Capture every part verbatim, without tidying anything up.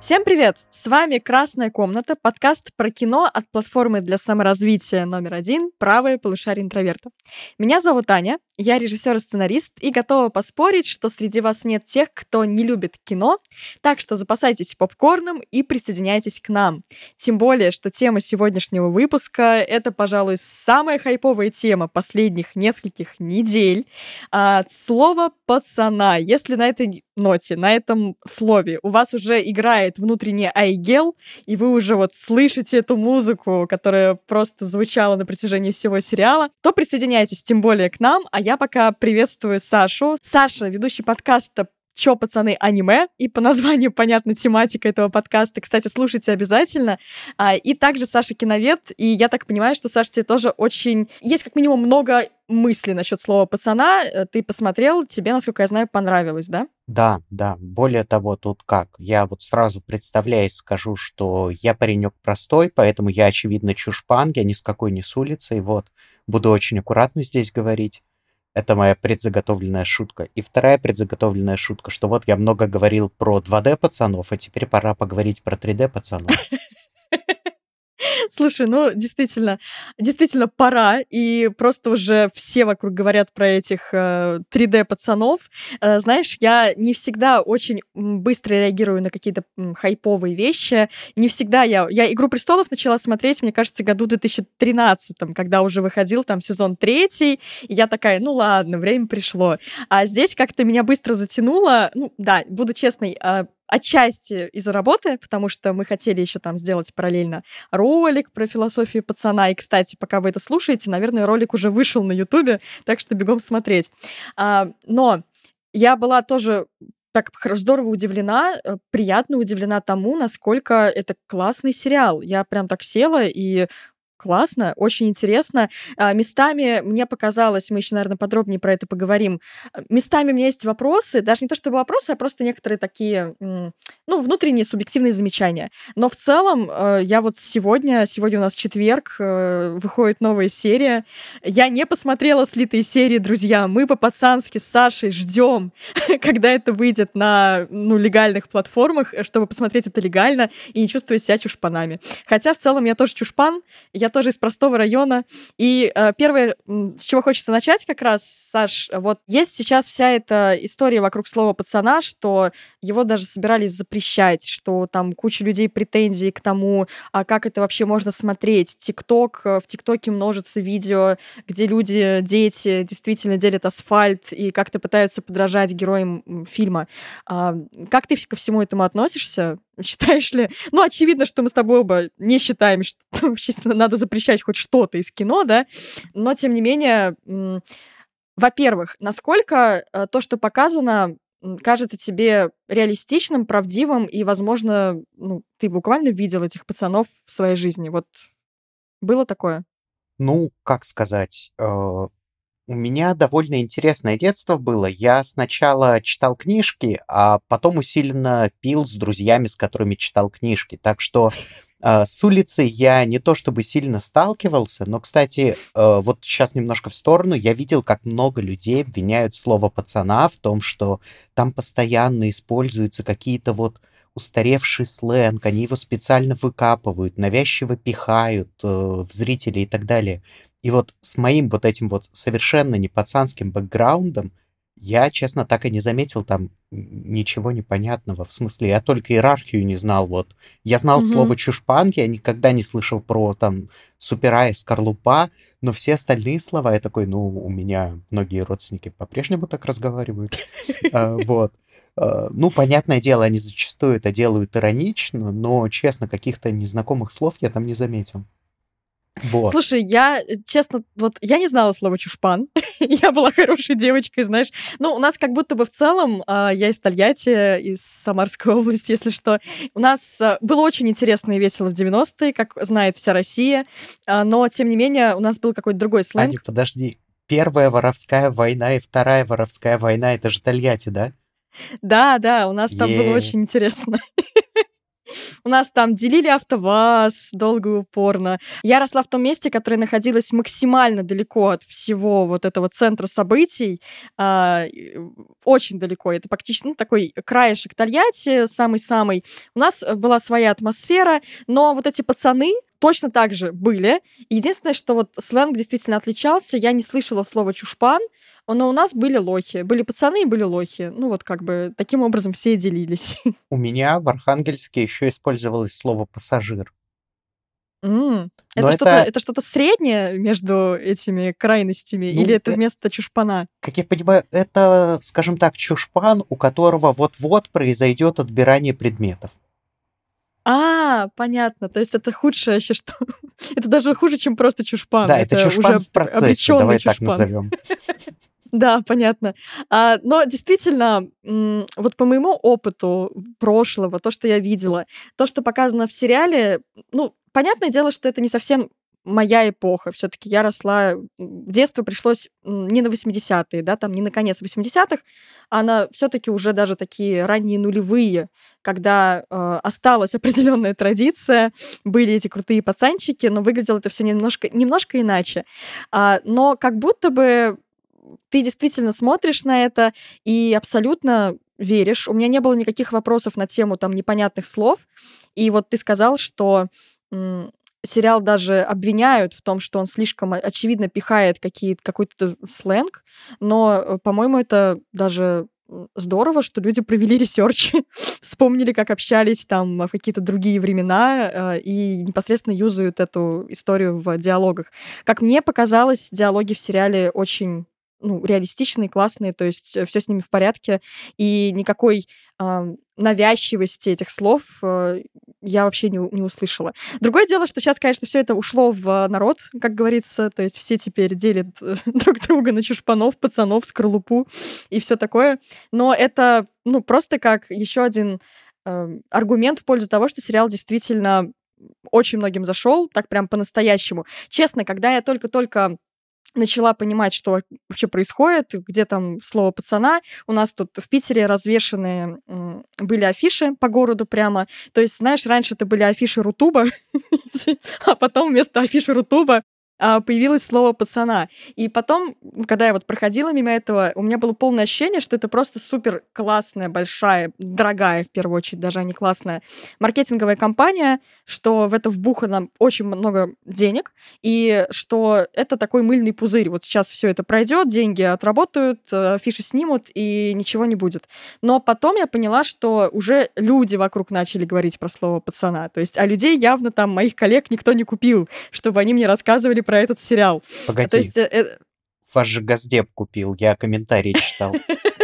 Всем привет! С вами «Красная комната», подкаст про кино от платформы для саморазвития номер один «Правое полушарие интроверта». Меня зовут Аня, я режиссер и сценарист, и готова поспорить, что среди вас нет тех, кто не любит кино, так что запасайтесь попкорном и присоединяйтесь к нам. Тем более, что тема сегодняшнего выпуска — это, пожалуй, самая хайповая тема последних нескольких недель. А, слово «пацана». Если на этой ноте, на этом слове у вас уже играет внутренний айгел, и вы уже вот слышите эту музыку, которая просто звучала на протяжении всего сериала, то присоединяйтесь тем более к нам, а я пока приветствую Сашу. Саша, ведущий подкаста «Чё, пацаны, аниме», и по названию понятна тематика этого подкаста. Кстати, слушайте обязательно. А, и также Саша киновед, и я так понимаю, что, Саша, тебе тоже очень... Есть как минимум много мыслей насчет слова «пацана». Ты посмотрел, тебе, насколько я знаю, понравилось, да? Да, да. Более того, тут как? Я вот сразу представляясь скажу, что я паренек простой, поэтому я, очевидно, чушпан, я ни с какой не с улицы, и вот буду очень аккуратно здесь говорить. Это моя предзаготовленная шутка. И вторая предзаготовленная шутка, что вот я много говорил про два дэ пацанов, а теперь пора поговорить про три дэ пацанов. Слушай, ну, действительно, действительно пора, и просто уже все вокруг говорят про этих э, три дэ-пацанов. Э, знаешь, я не всегда очень м, быстро реагирую на какие-то м, хайповые вещи. Не всегда я... Я «Игру престолов» начала смотреть, мне кажется, году две тысячи тринадцатом, когда уже выходил там сезон третий, и я такая, ну ладно, время пришло. А здесь как-то меня быстро затянуло. Ну, да, буду честной, э, отчасти из-за работы, потому что мы хотели еще там сделать параллельно ролик про философию пацана. И, кстати, пока вы это слушаете, наверное, ролик уже вышел на Ютубе, так что бегом смотреть. А, но я была тоже так хор- здорово удивлена, э, приятно удивлена тому, насколько это классный сериал. Я прям так села и классно, очень интересно. А, местами мне показалось, мы еще, наверное, подробнее про это поговорим, а, местами у меня есть вопросы, даже не то чтобы вопросы, а просто некоторые такие, м, ну, внутренние субъективные замечания. Но в целом, э, я вот сегодня, сегодня у нас четверг, э, выходит новая серия. Я не посмотрела слитые серии, друзья. Мы по-пацански с Сашей ждем, когда это выйдет на, ну, легальных платформах, э, чтобы посмотреть это легально и не чувствовать себя чушпанами. Хотя в целом я тоже чушпан, я тоже из простого района. И э, первое, м, с чего хочется начать как раз, Саш, вот есть сейчас вся эта история вокруг слова «пацана», что его даже собирались запрещать, что там куча людей претензий к тому, а как это вообще можно смотреть. ТикТок, э, в ТикТоке множится видео, где люди, дети действительно делят асфальт и как-то пытаются подражать героям м, фильма. А, как ты ко всему этому относишься? Считаешь ли? Ну, очевидно, что мы с тобой оба не считаем, что вообще надо запрещать хоть что-то из кино, да, но тем не менее, м, во-первых, насколько э, то, что показано, м, кажется тебе реалистичным, правдивым, и, возможно, ну, ты буквально видел этих пацанов в своей жизни. Вот было такое? Ну, как сказать, э, у меня довольно интересное детство было. Я сначала читал книжки, а потом усиленно пил с друзьями, с которыми читал книжки. Так что э, с улицы я не то чтобы сильно сталкивался, но, кстати, э, вот сейчас немножко в сторону, я видел, как много людей обвиняют слово «пацана» в том, что там постоянно используются какие-то вот устаревший сленг, они его специально выкапывают, навязчиво пихают э, в зрителей и так далее. И вот с моим вот этим вот совершенно не пацанским бэкграундом я, честно, так и не заметил там н- ничего непонятного. В смысле, я только иерархию не знал. Вот я знал Мгм. слово чушпанки, я никогда не слышал про там супера и скорлупа, но все остальные слова я такой, ну, у меня многие родственники по-прежнему так разговаривают. А, Вот. А, Ну, понятное дело, они зачастую это делают иронично, но, честно, каких-то незнакомых слов я там не заметил. Вот. Слушай, я, э, честно, вот я не знала слова «чушпан». Я была хорошей девочкой, знаешь. Ну, у нас как будто бы в целом, а, я из Тольятти, из Самарской области, если что. У нас а, было очень интересно и весело в девяностые, как знает вся Россия. А, но, тем не менее, у нас был какой-то другой Аня, сленг. подожди. Первая воровская война и вторая воровская война — это же Тольятти, да? Да, да, у нас там было Е. очень интересно. У нас там делили АвтоВАЗ долго и упорно. Я росла в том месте, которое находилось максимально далеко от всего вот этого центра событий. а, и, Очень далеко. Это практически ну, такой краешек Тольятти, самый-самый. У нас э, была своя атмосфера, но вот эти пацаны точно так же были. Единственное, что вот сленг действительно отличался. Я не слышала слова «чушпан», но у нас были лохи. Были пацаны и были лохи. Ну вот как бы таким образом все и делились. У меня в Архангельске еще использовалось слово «пассажир». М, Но Это что-то, это, это что-то среднее между этими крайностями, или ну, это э, вместо чушпана? как я понимаю, это, скажем так, чушпан, у которого вот-вот произойдет отбирание предметов. А, понятно. То есть это худшее еще что. Это даже хуже, чем просто чушпан. Да, это Это чушпан уже в процессе, обреченный давай так чушпан. назовем. Да, понятно. А, но действительно, м, вот по моему опыту прошлого, то, что я видела, то, что показано в сериале, ну, понятное дело, что это не совсем моя эпоха. Все-таки я росла, м, детство пришлось м, не на восьмидесятые, да, там не на конец восьмидесятых, а на все-таки уже даже такие ранние нулевые, когда э, осталась определенная традиция, были эти крутые пацанчики, но выглядело это все немножко, немножко иначе. А, но как будто бы ты действительно смотришь на это и абсолютно веришь. У меня не было никаких вопросов на тему там непонятных слов. И вот ты сказал, что м, сериал даже обвиняют в том, что он слишком о- очевидно пихает какие, какой-то сленг, но, э, по-моему, это даже м, здорово, что люди провели ресерч, вспомнили, как общались там в какие-то другие времена э, и непосредственно юзают эту историю в диалогах. Как мне показалось, диалоги в сериале очень ну, реалистичные, классные, то есть все с ними в порядке, и никакой ам, навязчивости этих слов э, я вообще не, у- не услышала. Другое дело, что сейчас, конечно, все это ушло в народ, как говорится, то есть все теперь делят э, друг друга на чушпанов, пацанов, скорлупу и все такое, но это, ну, просто как еще один эм, аргумент в пользу того, что сериал действительно очень многим зашел, так прям по-настоящему. Честно, когда я только-только начала понимать, что вообще происходит, где там слово пацана. У нас тут в Питере развешаны м, были афиши по городу прямо. То есть, знаешь, раньше это были афиши Рутуба, а потом вместо афиши Рутуба а, появилось слово пацана. И потом, когда я вот проходила мимо этого, у меня было полное ощущение, что это просто супер классная, большая, дорогая, в первую очередь, даже а не классная маркетинговая компания, что в это вбухано очень много денег, и что это такой мыльный пузырь. Вот сейчас все это пройдет, деньги отработают, э, фиши снимут, и ничего не будет. Но потом я поняла, что уже люди вокруг начали говорить про слово пацана. То есть, а людей явно там, моих коллег, никто не купил, чтобы они мне рассказывали про этот сериал. А, То Погоди, есть, э, э, ваш же Газдеп купил, я комментарий читал.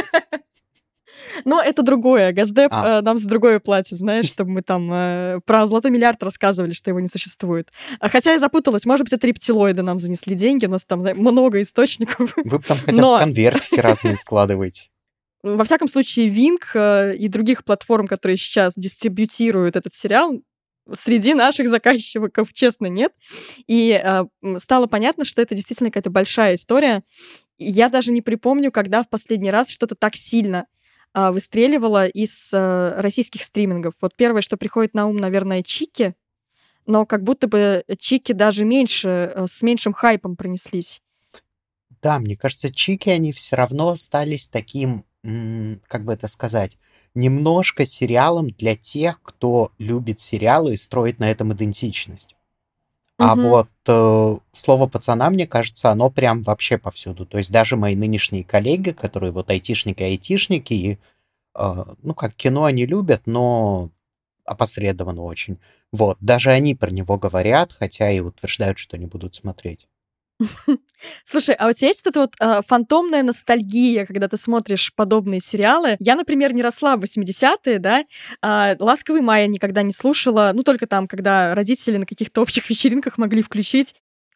но это другое. Газдеп А, э, нам за другое платит, знаешь, чтобы мы там э, про золотой миллиард рассказывали, что его не существует. А Хотя я запуталась, может быть, это рептилоиды нам занесли деньги, у нас там да, много источников. вы бы там хотя бы в Но конвертики разные складываете. Во всяком случае, Винк э, и других платформ, которые сейчас дистрибьютируют этот сериал, среди наших заказчиков, честно, нет. И э, м, стало понятно, что это действительно какая-то большая история. И я даже не припомню, когда в последний раз что-то так сильно а, выстреливало из э, российских стримингов. Вот первое, что приходит на ум, наверное, Чики, но как будто бы Чики даже меньше, э, с меньшим хайпом пронеслись. Да, мне кажется, чики, они все равно остались таким, м, как бы это сказать, немножко сериалом для тех, кто любит сериалы и строит на этом идентичность. А Мгм. вот э, слово пацана, мне кажется, оно прям вообще повсюду. То есть даже мои нынешние коллеги, которые вот айтишники, айтишники, и, э, ну, как кино они любят, но опосредованно очень. Вот, даже они про него говорят, хотя и утверждают, что не будут смотреть. Слушай, а у тебя есть вот эта вот а, фантомная ностальгия, когда ты смотришь подобные сериалы? Я, например, не росла в восьмидесятые, да, а, «Ласковый май» я никогда не слушала, ну, только там, когда родители на каких-то общих вечеринках могли включить.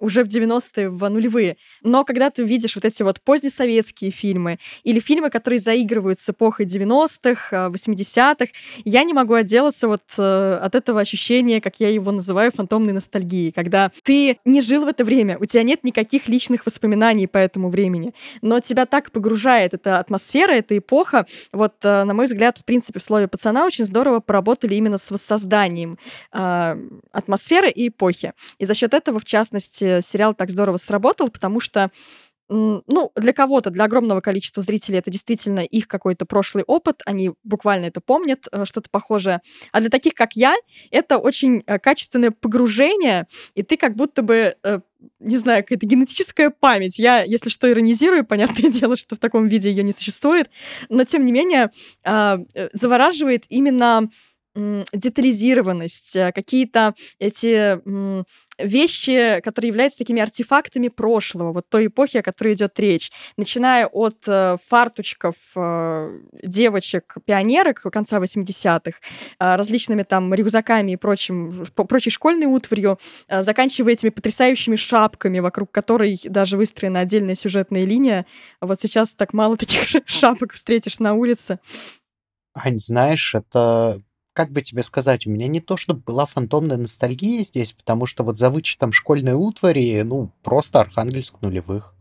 уже в девяностые, в нулевые. Но когда ты видишь вот эти вот позднесоветские фильмы или фильмы, которые заигрывают с эпохой девяностых, восьмидесятых, я не могу отделаться вот э, от этого ощущения, как я его называю, фантомной ностальгии, когда ты не жил в это время, у тебя нет никаких личных воспоминаний по этому времени, но тебя так погружает эта атмосфера, эта эпоха. Вот, э, на мой взгляд, в принципе, в слове «пацана» очень здорово поработали именно с воссозданием э, атмосферы и эпохи. И за счет этого, в частности, сериал так здорово сработал, потому что, ну, для кого-то, для огромного количества зрителей это действительно их какой-то прошлый опыт, они буквально это помнят, что-то похожее. А для таких, как я, это очень качественное погружение, и ты как будто бы, не знаю, какая-то генетическая память. Я, если что, иронизирую, понятное дело, что в таком виде ее не существует, но, тем не менее, завораживает именно детализированность, какие-то эти вещи, которые являются такими артефактами прошлого, вот той эпохи, о которой идет речь. Начиная от э, фартучков э, девочек-пионерок конца восьмидесятых, э, различными там рюкзаками и прочим, прочей школьной утварью, э, заканчивая этими потрясающими шапками, вокруг которой даже выстроена отдельная сюжетная линия. Вот сейчас так мало таких шапок встретишь на улице. Ань, знаешь, это... Как бы тебе сказать, у меня не то, чтобы была фантомная ностальгия здесь, потому что вот за вычетом школьной утвари, ну, просто Архангельск нулевых.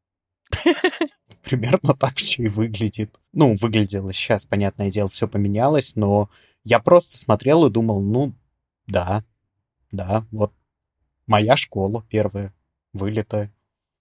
Примерно так все и выглядит. Ну, выглядело сейчас, понятное дело, все поменялось, но я просто смотрел и думал, ну, да, да, вот моя школа первая, вылитая.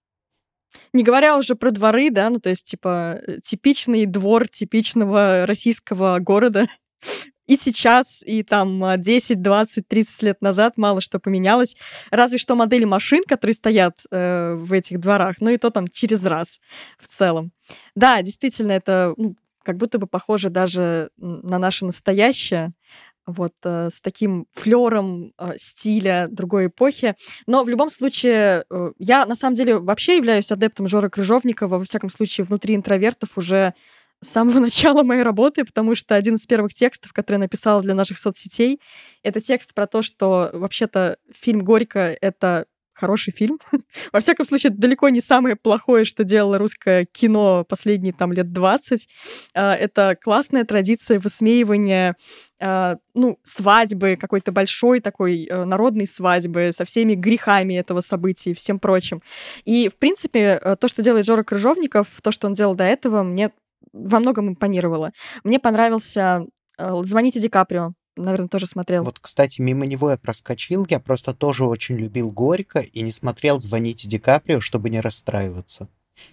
Не говоря уже про дворы, да, ну, то есть, типа, типичный двор типичного российского города. И сейчас, и там десять, двадцать, тридцать лет назад мало что поменялось. Разве что модели машин, которые стоят э, в этих дворах, ну и то там через раз в целом. Да, действительно, это ну, как будто бы похоже даже на наше настоящее, вот э, с таким флером э, стиля другой эпохи. Но в любом случае, э, я на самом деле вообще являюсь адептом Жоры Крыжовникова, во всяком случае, внутри интровертов уже с самого начала моей работы, потому что один из первых текстов, который я написала для наших соцсетей, это текст про то, что вообще-то фильм «Горько» — это хороший фильм. Во всяком случае, это далеко не самое плохое, что делало русское кино последние там лет двадцать. Это классная традиция высмеивания ну, свадьбы, какой-то большой такой народной свадьбы со всеми грехами этого события и всем прочим. И, в принципе, то, что делает Жора Крыжовников, то, что он делал до этого, мне во многом импонировало. Мне понравился «Звоните Ди Каприо». Наверное, тоже смотрел. Вот, кстати, мимо него я проскочил. Я просто тоже очень любил «Горько» и не смотрел «Звоните Ди Каприо», чтобы не расстраиваться.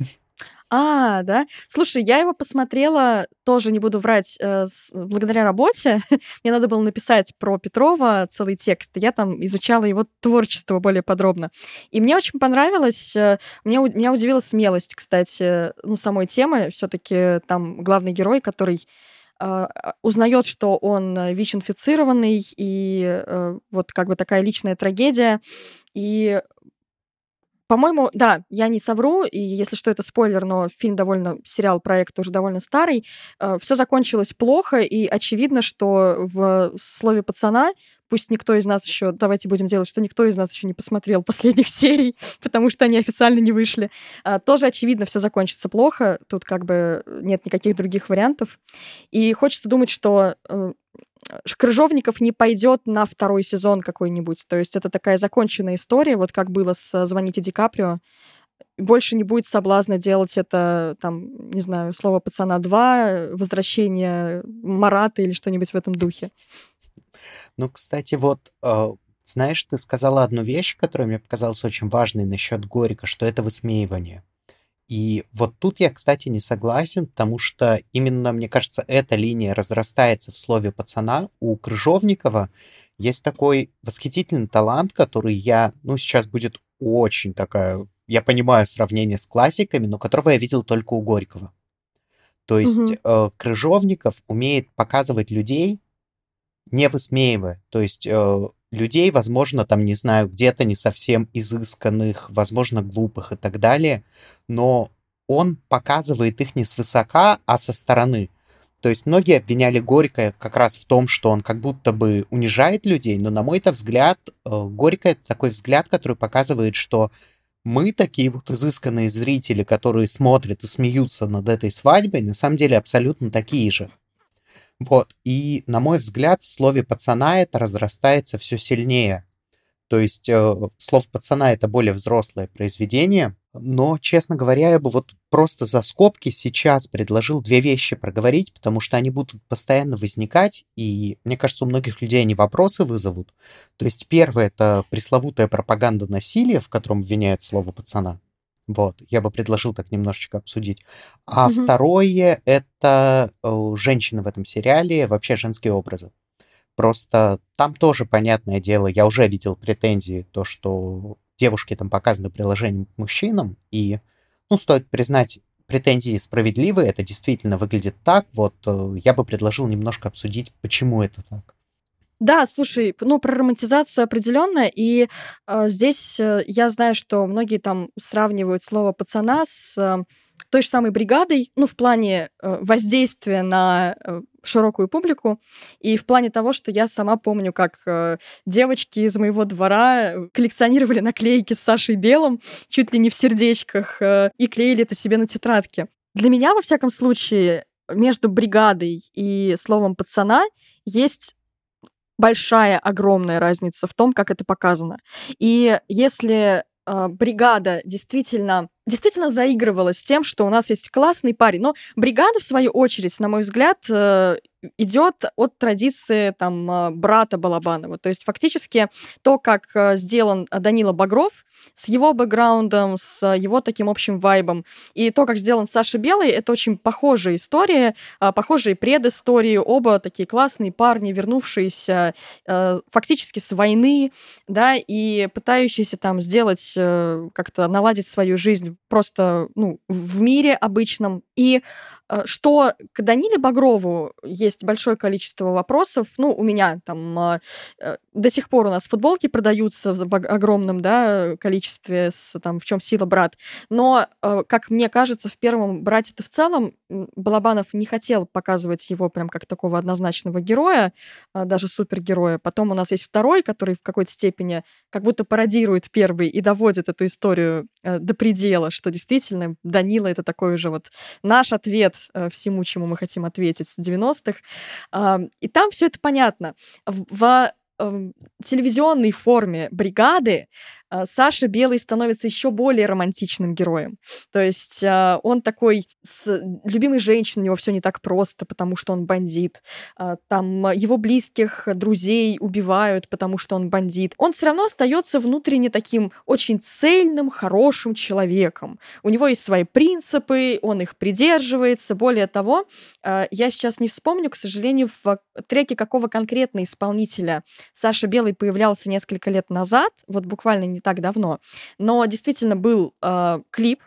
А, да? Слушай, я его посмотрела, тоже не буду врать, э, с, благодаря работе. Мне надо было написать про Петрова целый текст, и я там изучала его творчество более подробно. И мне очень понравилось, э, меня, меня удивила смелость, кстати, ну, самой темы. Все-таки там главный герой, который э, узнает, что он ВИЧ-инфицированный, и э, вот как бы такая личная трагедия. И по-моему, да, я не совру, и если что, это спойлер, но фильм довольно, сериал, проект уже довольно старый. Э, все закончилось плохо, и очевидно, что в слове «пацана», пусть никто из нас еще, давайте будем делать, что никто из нас еще не посмотрел последних серий, потому что они официально не вышли, э, тоже очевидно, все закончится плохо, тут как бы нет никаких других вариантов. И хочется думать, что э, Крыжовников не пойдет на второй сезон какой-нибудь. То есть это такая законченная история, вот как было с «Звоните Ди Каприо». Больше не будет соблазна делать это, там, не знаю, «Слово пацана два», «Возвращение Марата» или что-нибудь в этом духе. Ну, кстати, вот, э, знаешь, ты сказала одну вещь, которая мне показалась очень важной насчет «Горько», что это высмеивание. И вот тут я, кстати, не согласен, потому что именно, мне кажется, эта линия разрастается в слове «пацана». У Крыжовникова есть такой восхитительный талант, который я, ну, сейчас будет очень такая, я понимаю сравнение с классиками, но которого я видел только у Горького. То есть Мгм. э, Крыжовников умеет показывать людей, не высмеивая. То есть э, людей, возможно, там, не знаю, где-то не совсем изысканных, возможно, глупых и так далее, но он показывает их не свысока, а со стороны. То есть многие обвиняли Горького как раз в том, что он как будто бы унижает людей, но, на мой-то взгляд, э, Горько — это такой взгляд, который показывает, что мы, такие вот изысканные зрители, которые смотрят и смеются над этой свадьбой, на самом деле абсолютно такие же. Вот, и, на мой взгляд, в слове «пацана» это разрастается все сильнее. То есть э, «Слово пацана» — это более взрослое произведение, но, честно говоря, я бы вот просто за скобки сейчас предложил две вещи проговорить, потому что они будут постоянно возникать, и, мне кажется, у многих людей они вопросы вызовут. То есть первое — это пресловутая пропаганда насилия, в котором обвиняют слово «пацана». Вот, я бы предложил так немножечко обсудить. А Мгм. второе — это э, женщины в этом сериале, вообще женские образы. Просто там тоже, понятное дело, я уже видел претензии, то, что девушки там показаны приложением к мужчинам, и, ну, стоит признать, претензии справедливые, это действительно выглядит так. Вот э, я бы предложил немножко обсудить, почему это так. Да, слушай, п ну, про романтизацию определенно. И, э, здесь, э, я знаю, что многие там сравнивают слово "пацана" с, э, той же самой "Бригадой", ну, в плане, э, воздействия на, э, широкую публику, и в плане того, что я сама помню, как, э, девочки из моего двора, э, коллекционировали наклейки с Сашей Белым чуть ли не в сердечках, э, и клеили это себе на тетрадки. Для меня, во всяком случае, между "Бригадой" и словом "пацана" есть большая, огромная разница в том, как это показано. И если, а, "Бригада" действительно действительно заигрывала с тем, что у нас есть классный парень, но "Бригада", в свою очередь, на мой взгляд, э, идёт от традиции там, а, брата Балабанова. То есть фактически то, как, э, сделан Данила Багров с его бэкграундом, с его таким общим вайбом, и то, как сделан Саша Белый — это очень похожие истории, а, похожие предыстории. Оба такие классные парни, вернувшиеся, э, фактически с войны, да, и пытающиеся там сделать, э, как-то наладить свою жизнь просто, ну, в мире обычном. И, э, что к Даниле Багрову есть большое количество вопросов. Ну, у меня там, а, э, до сих пор у нас футболки продаются в в огромном, да, количестве с там "В чем сила, брат?". Но, э, как мне кажется, в первом "Брате"-то в целом, м, Балабанов не хотел показывать его прям как такого однозначного героя, а, даже супергероя. Потом у нас есть второй, который в какой-то степени как будто пародирует первый и доводит эту историю, э, до предела, что действительно Данила — это такой уже вот наш ответ, э, всему, чему мы хотим ответить с девяностых. Ам, и там все это понятно. В в, эм, телевизионной форме "Бригады", а, Саша Белый становится еще более романтичным героем. То есть, а, он такой с любимой женщиной, у него все не так просто, потому что он бандит. А, там, а, его близких друзей убивают, потому что он бандит. Он все равно остается внутренне таким очень цельным, хорошим человеком. У него есть свои принципы, он их придерживается. Более того, а, я сейчас не вспомню, к сожалению, в треке какого конкретно исполнителя Саша Белый появлялся несколько лет назад, вот буквально не так давно. Но действительно был, а, клип,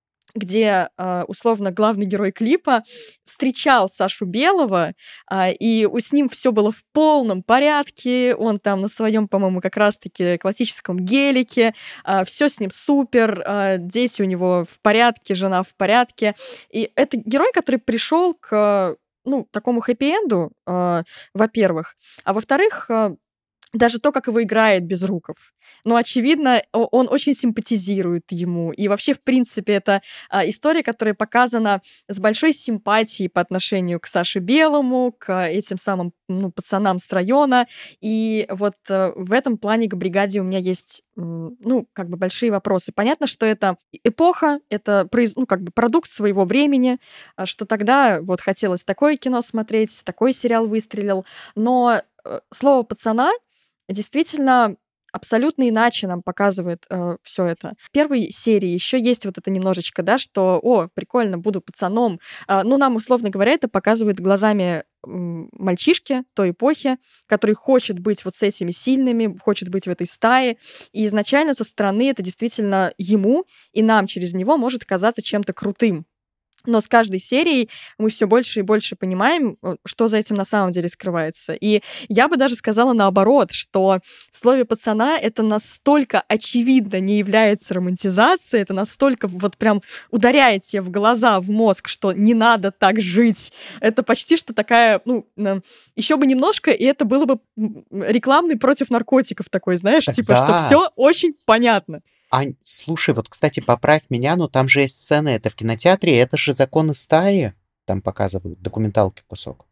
где, а, условно, главный герой клипа встречал Сашу Белого, а, и у с ним все было в полном порядке. Он там на своем, по-моему, как раз-таки классическом гелике, все с ним супер, а, дети у него в порядке, жена в порядке. И это герой, который пришел к, ну, такому хэппи-энду, а, во-первых. А во-вторых, а, даже то, как его играет Безруков. Ну, очевидно, о он очень симпатизирует ему. И вообще, в принципе, это, а, история, которая показана с большой симпатией по отношению к Саше Белому, к этим самым, ну, пацанам с района. И вот, э, в этом плане к "Бригаде" у меня есть, м, ну, как бы большие вопросы. Понятно, что это эпоха, это произ ну, как бы продукт своего времени, а, что тогда вот хотелось такое кино смотреть, такой сериал выстрелил. Но, э, слово "пацана" действительно абсолютно иначе нам показывает, все это. В первой серии еще есть вот это немножечко, да, что: "О, прикольно, буду пацаном". А, ну, нам, условно говоря, это показывает глазами, м, мальчишки той эпохи, который хочет быть вот с этими сильными, хочет быть в этой стае. И изначально со стороны это действительно ему и нам через него может казаться чем-то крутым. Но с каждой серией мы все больше и больше понимаем, э, что за этим на самом деле скрывается. И я бы даже сказала наоборот, что в слове пацана это настолько очевидно не является романтизацией, это настолько вот прям ударяет тебе в глаза, в мозг, что не надо так жить. Это почти что такая, ну, еще бы немножко, и это было бы м, рекламный против наркотиков такой, знаешь, Так типа, что да. все очень понятно. Ань, слушай, вот, кстати, поправь меня, но там же есть сцены, это в кинотеатре, это же «Законы стаи», там показывают, документалки кусок.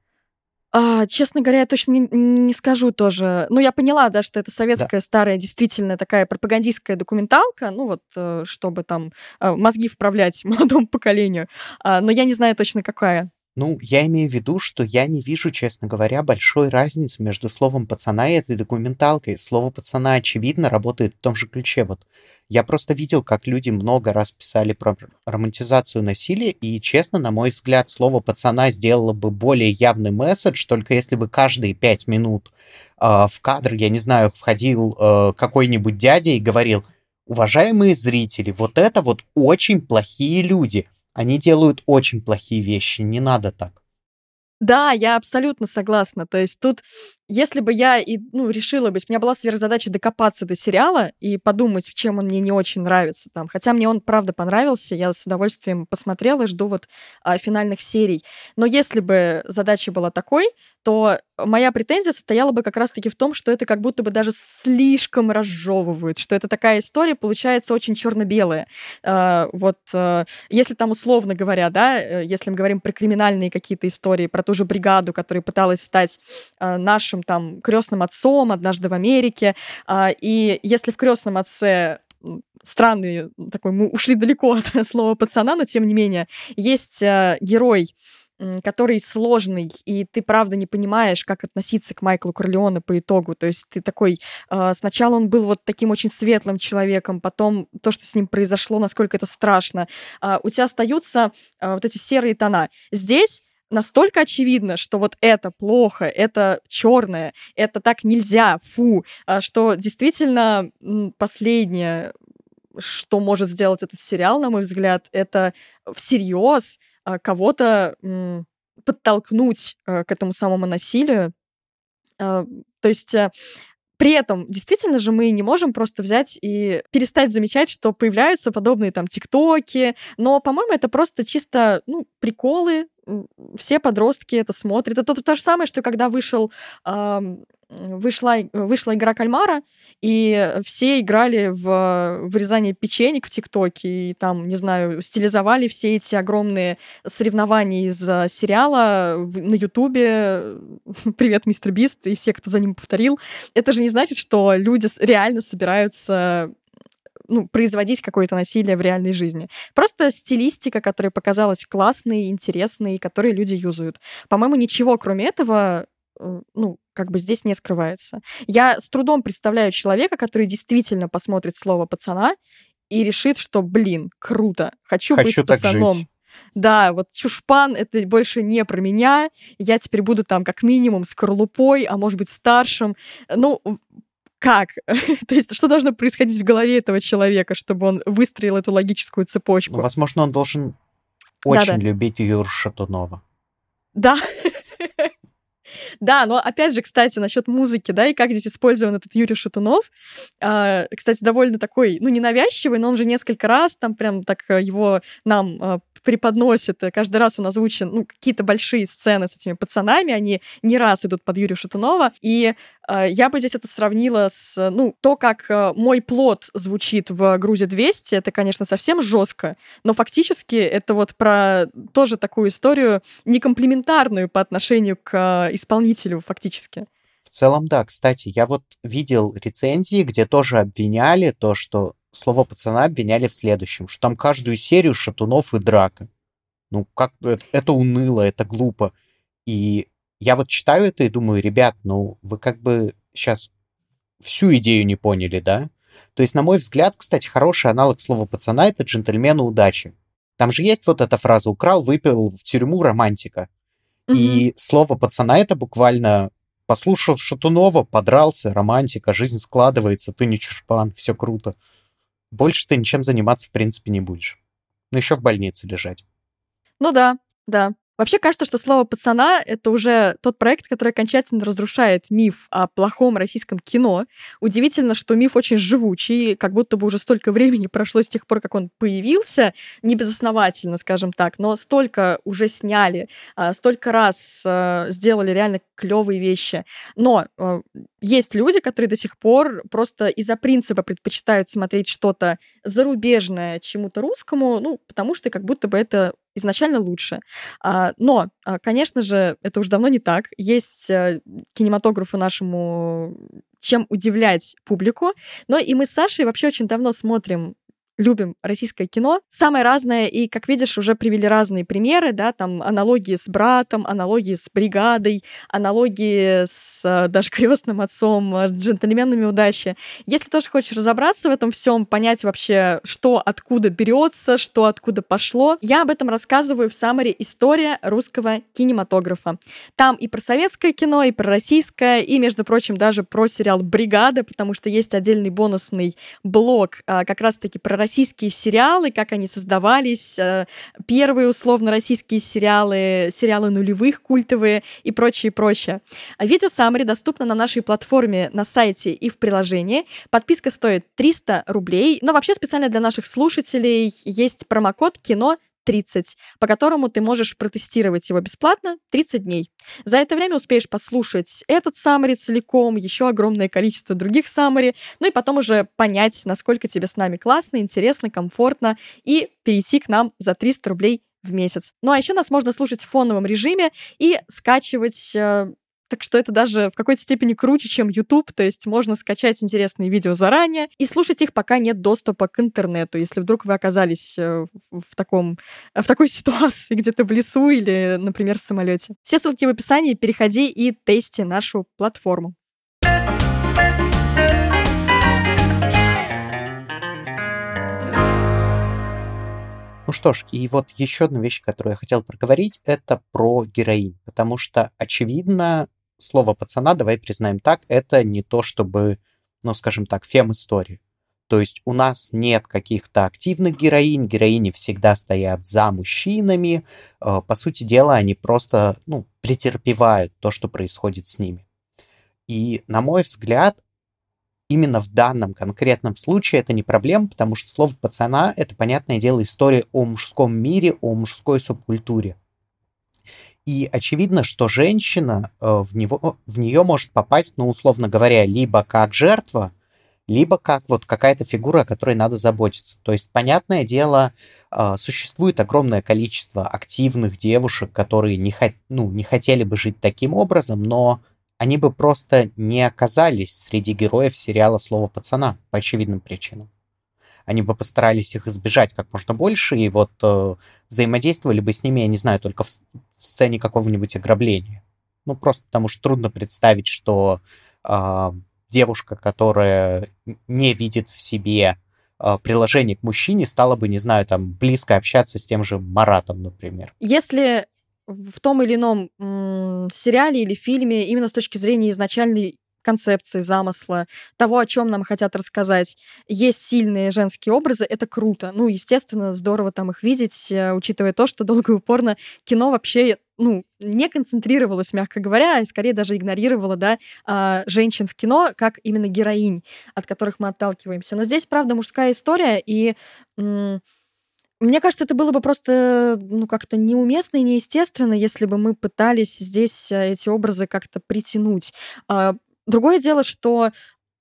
А, честно говоря, я точно не, не скажу тоже. Ну, я поняла, да, что это Да. советская старая, действительно такая пропагандистская документалка, ну вот, э, чтобы там э, мозги вправлять молодому поколению. А, но я не знаю точно, какая. Ну, я имею в виду, что я не вижу, честно говоря, большой разницы между словом «пацана» и этой документалкой. Слово «пацана», очевидно, работает в том же ключе. Вот я просто видел, как люди много раз писали про романтизацию насилия, и, честно, на мой взгляд, слово «пацана» сделало бы более явный месседж, только если бы каждые пять минут э, в кадр, я не знаю, входил э, какой-нибудь дядя и говорил: «Уважаемые зрители, вот это вот очень плохие люди». Они делают очень плохие вещи, не надо так. Да, я абсолютно согласна. То есть тут, если бы я и, ну, решила быть, у меня была сверхзадача докопаться до сериала и подумать, чем он мне не очень нравится там. Хотя мне он, правда, понравился, я с удовольствием посмотрела и жду вот а, финальных серий. Но если бы задача была такой, то моя претензия состояла бы как раз-таки в том, что это как будто бы даже слишком разжевывают, что это такая история получается очень черно-белая. А, вот а, если там условно говоря, да, э, если мы говорим про криминальные какие-то истории, про ту же бригаду, которая пыталась стать а, нашим там крестным отцом однажды в Америке, а, и если в крестном отце м, странный такой, мы ушли далеко от слова пацана, но тем не менее есть а, герой, м, который сложный, и ты правда не понимаешь, как относиться к Майклу Корлеоне по итогу. То есть ты такой, а, сначала он был вот таким очень светлым человеком, потом то, что с ним произошло, насколько это страшно. А, у тебя остаются а, вот эти серые тона. Здесь настолько очевидно, что вот это плохо, это черное, это так нельзя, фу, а, что действительно м, последнее, что может сделать этот сериал, на мой взгляд, это всерьез а, кого-то м, подтолкнуть а, к этому самому насилию. А, То есть а, при этом, действительно же, мы не можем просто взять и перестать замечать, что появляются подобные там тиктоки, но, по-моему, это просто чисто, ну, приколы, м, все подростки это смотрят. Это то, то же самое, что когда вышел, ам, вышла, и- вышла игра кальмара, и все играли в вырезание печенек в ТикТоке, и там, не знаю, стилизовали все эти огромные соревнования из а, сериала в- на Ютубе. Привет, мистер Бист, и все, кто за ним повторил. Это же не значит, что люди с- реально собираются ну, производить какое-то насилие в реальной жизни. Просто стилистика, которая показалась классной, интересной, и которой люди юзают. По-моему, ничего кроме этого э, ну, как бы здесь не скрывается. Я с трудом представляю человека, который действительно посмотрит слово «пацана» и решит, что, блин, круто, хочу быть Хочу так пацаном. жить. Да, вот чушпан — это больше не про меня. Я теперь буду там как минимум скорлупой, а может быть старшим. Ну, в- как? То есть что должно происходить в голове этого человека, чтобы он выстроил эту логическую Ну, цепочку? возможно, он должен очень Да-да. любить Юру Шатунова. Да, да, но опять же, кстати, насчет музыки, да, и как здесь использован этот Юрий Шатунов. А, кстати, довольно такой, ну, ненавязчивый, но он же несколько раз там прям так э, его нам а, преподносит. И каждый раз он озвучен, ну, какие-то большие сцены с этими пацанами, они не раз идут под Юрия Шатунова. И а, я бы здесь это сравнила с, ну, то, как а, «Мой плод» звучит в «Грузе двести», это, конечно, совсем жестко, но фактически это вот про тоже такую историю некомплиментарную по отношению к а, исполнителю фактически. В целом, да. Кстати, я вот видел рецензии, где тоже обвиняли то, что слово «пацана» обвиняли в следующем, что там каждую серию Шатунов и драка. Ну, как это, это уныло, это глупо. И я вот читаю это и думаю: ребят, ну, вы как бы сейчас всю идею не поняли, да? То есть, на мой взгляд, кстати, хороший аналог слова «пацана» — это «джентльмены удачи». Там же есть вот эта фраза «украл, выпил в тюрьму, романтика». Мгм. И слово «пацана» — это буквально послушал Шатунова, подрался, романтика, жизнь складывается, ты не чушпан, все круто. Больше ты ничем заниматься, в принципе, не будешь. Ну, еще в больнице лежать. Ну да, да. Вообще кажется, что «Слово пацана» — это уже тот проект, который окончательно разрушает миф о плохом российском кино. Удивительно, что миф очень живучий, как будто бы уже столько времени прошло с тех пор, как он появился, не безосновательно, скажем так, но столько уже сняли, а, столько раз а, сделали реально клевые вещи. Но а, есть люди, которые до сих пор просто из-за принципа предпочитают смотреть что-то зарубежное чему-то русскому, ну, потому что как будто бы это изначально лучше. А, но, а, конечно же, это уже давно не так. Есть э, кинематографу нашему чем удивлять публику. Но и мы с Сашей вообще очень давно смотрим, любим российское кино. Самое разное, и, как видишь, уже привели разные примеры, да, там аналогии с «Братом», аналогии с «Бригадой», аналогии с э, даже «Крестным отцом», э, с «Джентльменами удачи». Если тоже хочешь разобраться в этом всем, понять вообще, что откуда берется, что откуда пошло, я об этом рассказываю в саммари «История русского кинематографа». Там и про советское кино, и про российское, и, между прочим, даже про сериал «Бригада», потому что есть отдельный бонусный блок а, как раз-таки про российские сериалы, как они создавались, а, первые условно российские сериалы, сериалы нулевых культовые и прочее, прочее. А видео саммари доступно на нашей платформе на сайте и в приложении. Подписка стоит триста рублей, но вообще специально для наших слушателей есть промокод «Кино тридцать», по которому ты можешь протестировать его бесплатно тридцать дней. За это время успеешь послушать этот саммари целиком, еще огромное количество других саммари, ну и потом уже понять, насколько тебе с нами классно, интересно, комфортно, и перейти к нам за триста рублей в месяц. Ну а еще нас можно слушать в фоновом режиме и скачивать э, так что это даже в какой-то степени круче, чем YouTube, то есть можно скачать интересные видео заранее и слушать их, пока нет доступа к интернету. Если вдруг вы оказались э, в, в таком, в такой ситуации где-то в лесу или, например, в самолете. Все ссылки в описании, переходи и тести нашу платформу. Ну что ж, и вот еще одна вещь, которую я хотел проговорить, это про героинь. Потому что, очевидно, слово пацана, давай признаем так, это не то чтобы, ну, скажем так, фем-история. То есть у нас нет каких-то активных героинь, героини всегда стоят за мужчинами. Э, По сути дела, они просто, ну, претерпевают то, что происходит с ними. И, на мой взгляд, именно в данном конкретном случае это не проблема, потому что слово пацана — это, понятное дело, история о мужском мире, о мужской субкультуре. И очевидно, что женщина э, в, него, в нее может попасть, ну, условно говоря, либо как жертва, либо как вот какая-то фигура, о которой надо заботиться. То есть, понятное дело, э, существует огромное количество активных девушек, которые не, хот- ну, не хотели бы жить таким образом, но они бы просто не оказались среди героев сериала «Слово пацана» по очевидным причинам. Они бы постарались их избежать как можно больше, и вот э, взаимодействовали бы с ними, я не знаю, только в, в сцене какого-нибудь ограбления. Ну, просто потому что трудно представить, что э, девушка, которая не видит в себе э, приложение к мужчине, стала бы, не знаю, там, близко общаться с тем же Маратом, например. Если в том или ином м, сериале или фильме именно с точки зрения изначальной концепции, замысла, того, о чем нам хотят рассказать, есть сильные женские образы, это круто. Ну, естественно, здорово там их видеть, э, учитывая то, что долго и упорно кино вообще, ну, не концентрировалось, мягко говоря, и скорее даже игнорировало, да, а, женщин в кино как именно героинь, от которых мы отталкиваемся. Но здесь, правда, мужская история, и м, мне кажется, это было бы просто, ну, как-то неуместно и неестественно, если бы мы пытались здесь э, эти образы как-то притянуть. А, Другое дело, что,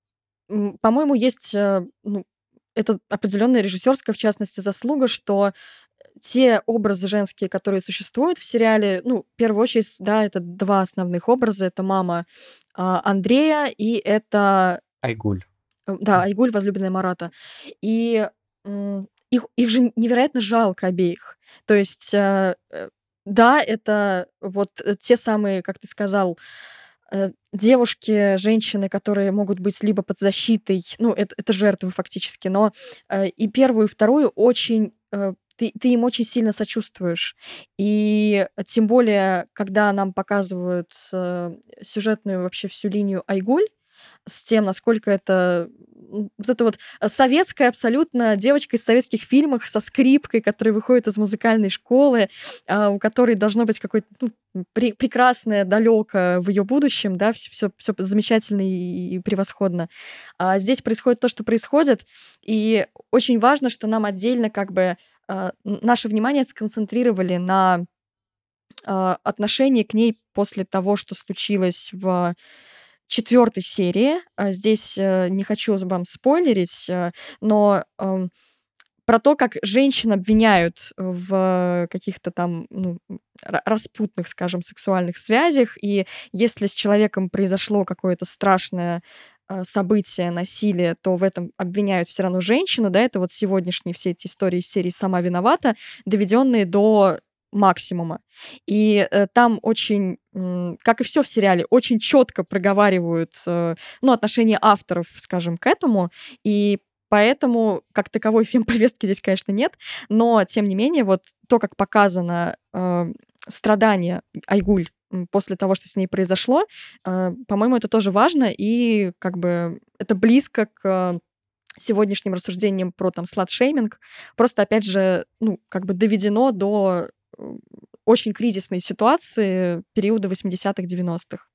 м, по-моему, есть, э, ну, это определенная режиссерская, в частности, заслуга, что те образы женские, которые существуют в сериале, ну, в первую очередь, да, это два основных образа. Это мама а, Андрея и это, Айгуль. э, да, Айгуль, возлюбленная Марата. И м, их, их же невероятно жалко обеих. То есть, э, э, да, это вот э, те самые, как ты сказал, э, девушки, женщины, которые могут быть либо под защитой, ну, это, это жертвы фактически, но э, и первую, и вторую очень э, ты, ты им очень сильно сочувствуешь. И тем более, когда нам показывают э, сюжетную вообще всю линию Айгуль, с тем, насколько это м, вот это вот э, советская абсолютно девочка из советских фильмов со скрипкой, которая выходит из музыкальной школы, а, у которой должно быть какое-то ну, пре- прекрасное, далекое в ее будущем, да, все, все замечательно и, и превосходно. А здесь происходит то, что происходит, и очень важно, что нам отдельно как бы а, н- наше внимание сконцентрировали на а, отношение к ней после того, что случилось в четвертой серии. А, здесь, э, не хочу вам спойлерить, э, но, ам, про то, как женщин обвиняют в каких-то там, ну, м, ра распутных, скажем, сексуальных связях. И если с человеком произошло какое-то страшное, а, событие, насилие, то в этом обвиняют все равно женщину. Да, это вот сегодняшние все эти истории из серии «Сама виновата», доведенные до максимума. И, э, там очень, м, как и все в сериале, очень четко проговаривают, э, ну, отношение авторов, скажем, к этому. И поэтому как таковой фемповестки здесь, конечно, нет, но тем не менее вот то, как показано, э, страдание Айгуль, м, после того, что с ней произошло, э, по-моему, это тоже важно, и как бы это близко к сегодняшним рассуждениям про там сладшейминг. Просто, опять же, ну, как бы доведено до, э, очень кризисной ситуации периода восьмидесятых девяностых.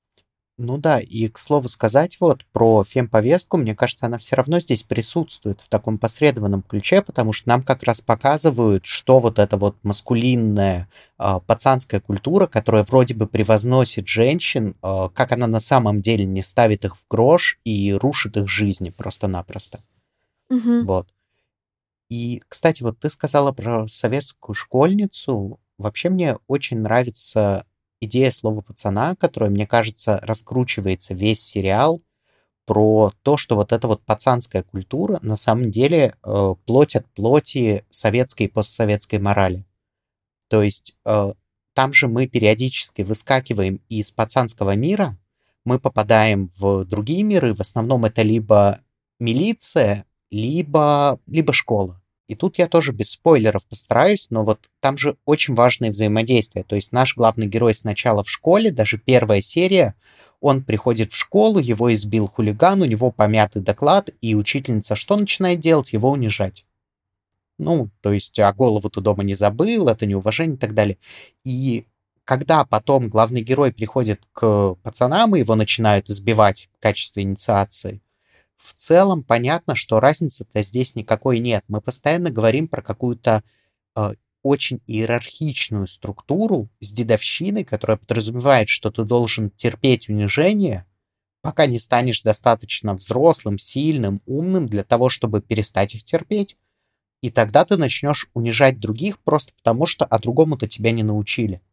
Ну да, и к слову сказать вот про фемповестку, мне кажется, она все равно здесь присутствует в таком посредованном ключе, потому что нам как раз показывают, что вот эта вот маскулинная а, пацанская культура, которая вроде бы превозносит женщин, а, как она на самом деле не ставит их в грош и рушит их жизни просто-напросто. Мгм. Вот. И, кстати, вот ты сказала про советскую школьницу. Вообще мне очень нравится идея слова пацана, которая, мне кажется, раскручивается весь сериал про то, что вот эта вот пацанская культура на самом деле э, плоть от плоти советской и постсоветской морали. То есть э, там же мы периодически выскакиваем из пацанского мира, мы попадаем в другие миры, в основном это либо милиция, либо, либо школа. И тут я тоже без спойлеров постараюсь, но вот там же очень важное взаимодействие. То есть наш главный герой сначала в школе, даже первая серия, он приходит в школу, его избил хулиган, у него помятый доклад, и учительница что начинает делать? Его унижать. Ну, то есть, а голову ты дома не забыл, это неуважение и так далее. И когда потом главный герой приходит к пацанам, и его начинают избивать в качестве инициации, в целом понятно, что разницы-то здесь никакой нет. Мы постоянно говорим про какую-то э, очень иерархичную структуру с дедовщиной, которая подразумевает, что ты должен терпеть унижение, пока не станешь достаточно взрослым, сильным, умным для того, чтобы перестать их терпеть. И тогда ты начнешь унижать других просто потому, что а другому-то тебя не научили.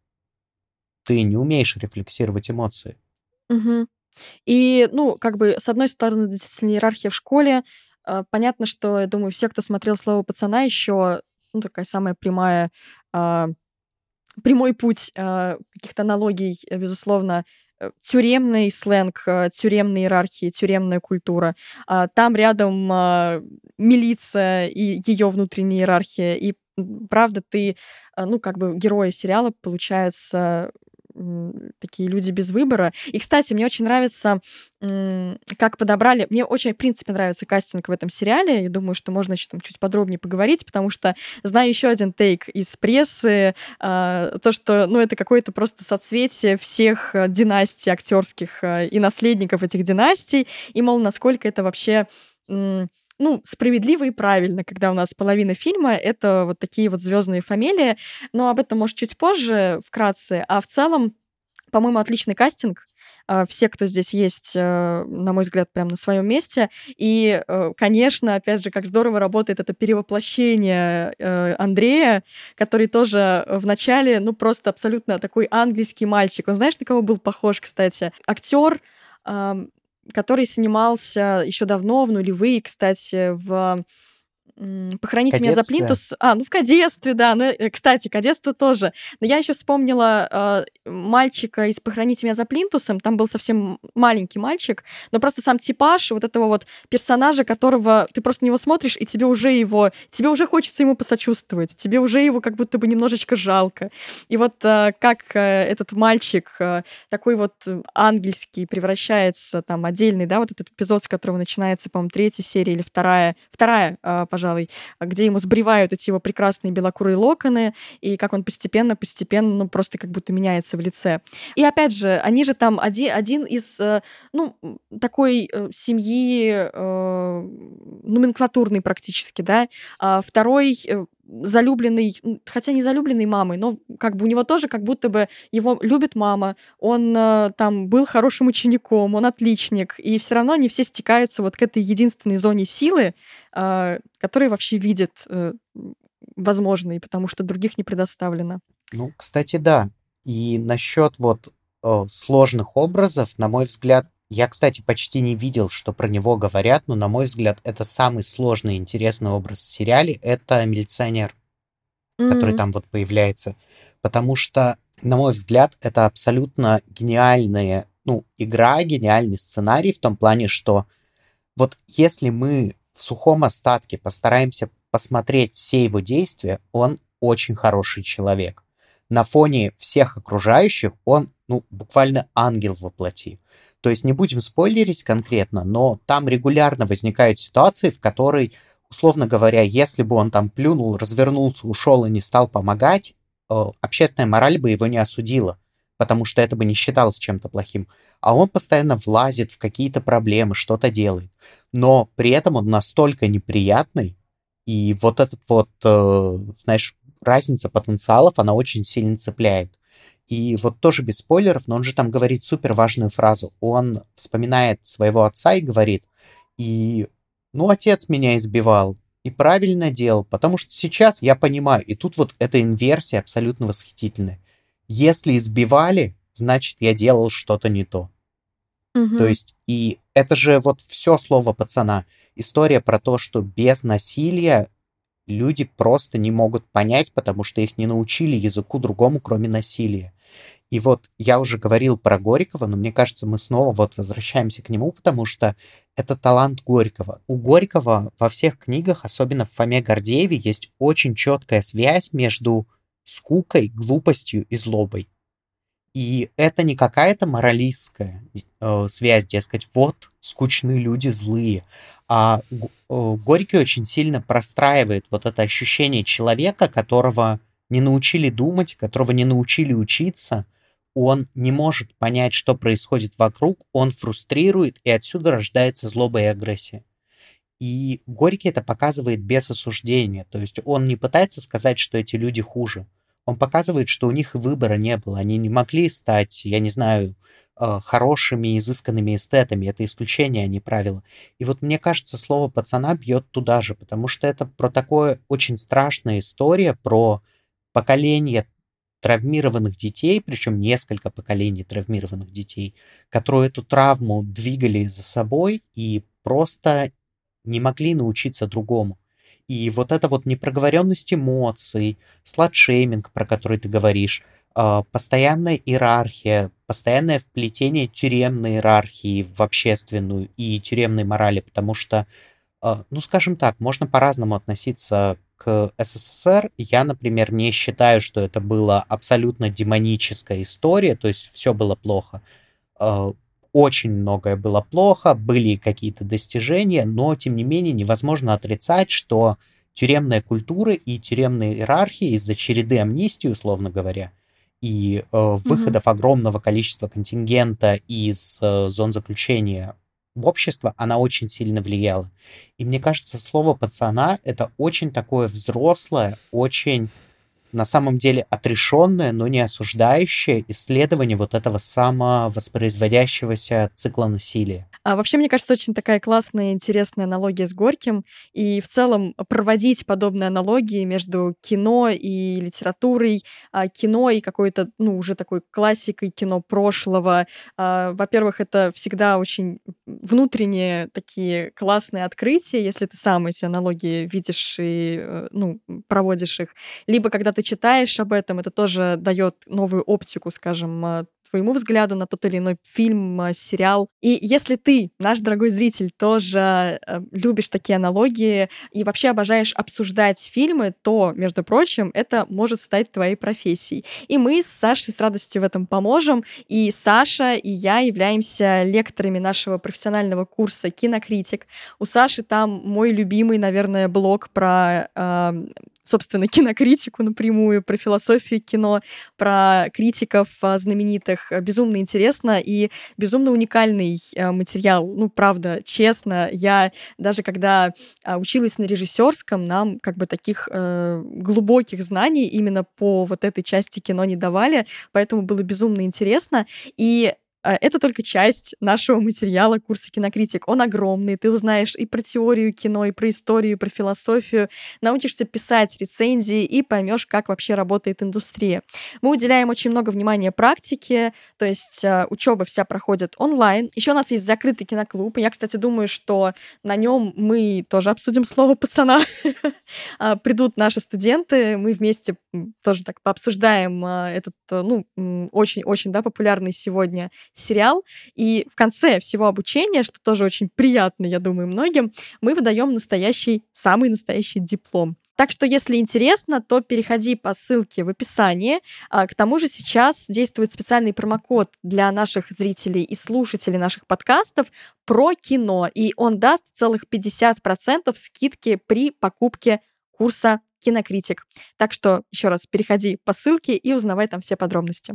Ты не умеешь рефлексировать эмоции. Мгм. И, ну, как бы, с одной стороны, действительно, иерархия в школе. Э, понятно, что, я думаю, все, кто смотрел «Слово пацана», еще, ну, такая самая прямая, а, прямой путь а, каких-то аналогий, э, безусловно, э, тюремный сленг, э, тюремные иерархии, тюремная культура. А, там рядом а, милиция и ее внутренняя иерархия. И м, правда, ты, а, ну, как бы герои сериала, получается, м, такие люди без выбора. И, кстати, мне очень нравится, м, как подобрали. Мне очень, в принципе, нравится кастинг в этом сериале. Я думаю, что можно еще там чуть подробнее поговорить, потому что знаю еще один тейк из прессы, а, то, что, ну, это какое-то просто соцветие всех э, династий актерских э, и наследников этих династий, и, мол, насколько это вообще, м, ну, справедливо и правильно, когда у нас половина фильма — это вот такие вот звездные фамилии. Но об этом, может, чуть позже, вкратце. А в целом, по-моему, отличный кастинг. А, Все, кто здесь есть, э, на мой взгляд, прям на своем месте. И, э, конечно, опять же, как здорово работает это перевоплощение э, Андрея, который тоже в начале, ну, просто абсолютно такой английский мальчик. Он, знаешь, на кого был похож, кстати? Актер, ам, который снимался еще давно, в нулевые, кстати, в М, В "Похороните меня за "Кадетстве"? плинтус". А, ну, в "Кадетстве", да. Ну, э, кстати, "Кадетство" тоже. Но я еще вспомнила, а, мальчика из "Похороните меня за плинтусом". Там был совсем м маленький мальчик, но просто сам типаж вот этого вот персонажа, которого ты просто на него смотришь, и тебе уже его тебе уже хочется ему посочувствовать, тебе уже его как будто бы немножечко жалко. И вот, а, как, э, этот мальчик, а, такой вот ангельский, превращается, там отдельный, да, вот этот эпизод, с которого начинается, по-моему, третья серия или вторая, вторая, а, пожалуй, где ему сбривают эти его прекрасные белокурые локоны, и как он постепенно постепенно, ну, просто как будто меняется в лице. И опять же, они же там оди один из, э, ну, м, такой, э, семьи, э, номенклатурной практически, да, а второй, э, залюбленный, м, хотя не залюбленный мамой, но как бы у него тоже как будто бы его любит мама, он, э, там был хорошим учеником, он отличник, и всё равно они все стекаются вот к этой единственной зоне силы, а, которую вообще видят, э, м, возможной, потому что других не предоставлено. Ну, кстати, да. И насчет вот, э, сложных образов, на мой взгляд, я, кстати, почти не видел, что про него говорят, но, на мой взгляд, это самый сложный и интересный образ в сериале- это милиционер, который М. там вот появляется. Потому что, на мой взгляд, это абсолютно гениальная, ну, игра, гениальный сценарий в том плане, что вот если мы в сухом остатке постараемся посмотреть все его действия, он очень хороший человек. На фоне всех окружающих он, ну, буквально ангел во плоти. То есть не будем спойлерить конкретно, но там регулярно возникают ситуации, в которой, условно говоря, если бы он там плюнул, развернулся, ушел и не стал помогать, э, общественная мораль бы его не осудила, потому что это бы не считалось чем-то плохим. А он постоянно влазит в какие-то проблемы, что-то делает. Но при этом он настолько неприятный, и вот этот вот, э, знаешь, разница потенциалов, она очень сильно цепляет. И вот тоже без спойлеров, но он же там говорит супер важную фразу. Он вспоминает своего отца и говорит: "И, ну, отец меня избивал, и правильно делал, потому что сейчас я понимаю". И тут вот эта инверсия абсолютно восхитительная. Если избивали, значит, я делал что-то не то. То Мгм. есть, и это же вот всё слово "Пацана". История про то, что без насилия люди просто не могут понять, потому что их не научили языку другому, кроме насилия. И вот я уже говорил про Горького, но мне кажется, мы снова вот возвращаемся к нему, потому что это талант Горького. У Горького во всех книгах, особенно в "Фоме Гордееве", есть очень четкая связь между скукой, глупостью и злобой. И это не какая-то моралистская, э, связь, дескать, вот скучные люди злые, а Го э, Горький очень сильно простраивает вот это ощущение человека, которого не научили думать, которого не научили учиться. Он не может понять, что происходит вокруг, он фрустрирует, и отсюда рождается злоба и агрессия. И Горький это показывает без осуждения. То есть он не пытается сказать, что эти люди хуже. Он показывает, что у них и выбора не было. Они не могли стать, я не знаю, э, хорошими, изысканными эстетами. Это исключение, а не правило. И вот мне кажется, слово "Пацана" бьет туда же, потому что это про такое очень страшная история, про поколение травмированных детей, причем несколько поколений травмированных детей, которые эту травму двигали за собой и просто не могли научиться другому. И вот эта вот непроговоренность эмоций, сладшейминг, про который ты говоришь, а, постоянная иерархия, постоянное вплетение тюремной иерархии в общественную и тюремной морали, потому что, а, ну, скажем так, можно по-разному относиться к СССР. Я, например, не считаю, что это была абсолютно демоническая история, то есть всё было плохо. А, очень многое было плохо, были какие-то достижения, но, тем не менее, невозможно отрицать, что тюремная культура и тюремная иерархия из-за череды амнистий, условно говоря, и, э, Мгм. выходов огромного количества контингента из, э, зон заключения в общество, она очень сильно влияла. И мне кажется, слово "Пацана"- это очень такое взрослое, очень на самом деле отрешенное, но не осуждающее исследование вот этого самовоспроизводящегося цикла насилия. А вообще, мне кажется, очень такая классная и интересная аналогия с Горьким. И в целом проводить подобные аналогии между кино и литературой, а, кино и какой-то, ну, уже такой классикой кино прошлого. А, Во-первых, это всегда очень внутренние такие классные открытия, если ты сам эти аналогии видишь и, э, ну, проводишь их. Либо когда ты читаешь об этом, это тоже дает новую оптику, скажем, а, твоему взгляду на тот или иной фильм, а, сериал. И если ты, наш дорогой зритель, тоже э, любишь такие аналогии и вообще обожаешь обсуждать фильмы, то, между прочим, это может стать твоей профессией. И мы с Сашей с радостью в этом поможем. И Саша, и я являемся лекторами нашего профессионального курса «Кинокритик». У Саши там мой любимый, наверное, блог про, э, собственно, кинокритику напрямую, про философию кино, про критиков а, знаменитых. Э, Безумно интересно и безумно уникальный э, материал. Ну, правда, честно, я даже когда а, училась на режиссерском, нам как бы таких э, глубоких знаний именно по вот этой части кино не давали, поэтому было безумно интересно. И э, это только часть нашего материала курса «Кинокритик». Он огромный. Ты узнаешь и про теорию кино, и про историю, и про философию. Научишься писать рецензии и поймешь, как вообще работает индустрия. Мы уделяем очень много внимания практике, то есть э, учеба вся проходит онлайн. Еще у нас есть закрытый киноклуб. И я, кстати, думаю, что на нем мы тоже обсудим слово пацана. А, Придут наши студенты, мы вместе м, тоже так пообсуждаем а, этот, э, ну, м, очень-очень, да, популярный сегодня сериал. И в конце всего обучения, что тоже очень приятно, я думаю, многим, мы выдаем настоящий, самый настоящий диплом. Так что, если интересно, то переходи по ссылке в описании. А, К тому же сейчас действует специальный промокод для наших зрителей и слушателей наших подкастов про кино, и он даст целых пятьдесят процентов скидки при покупке курса «Кинокритик». Так что еще раз переходи по ссылке и узнавай там все подробности.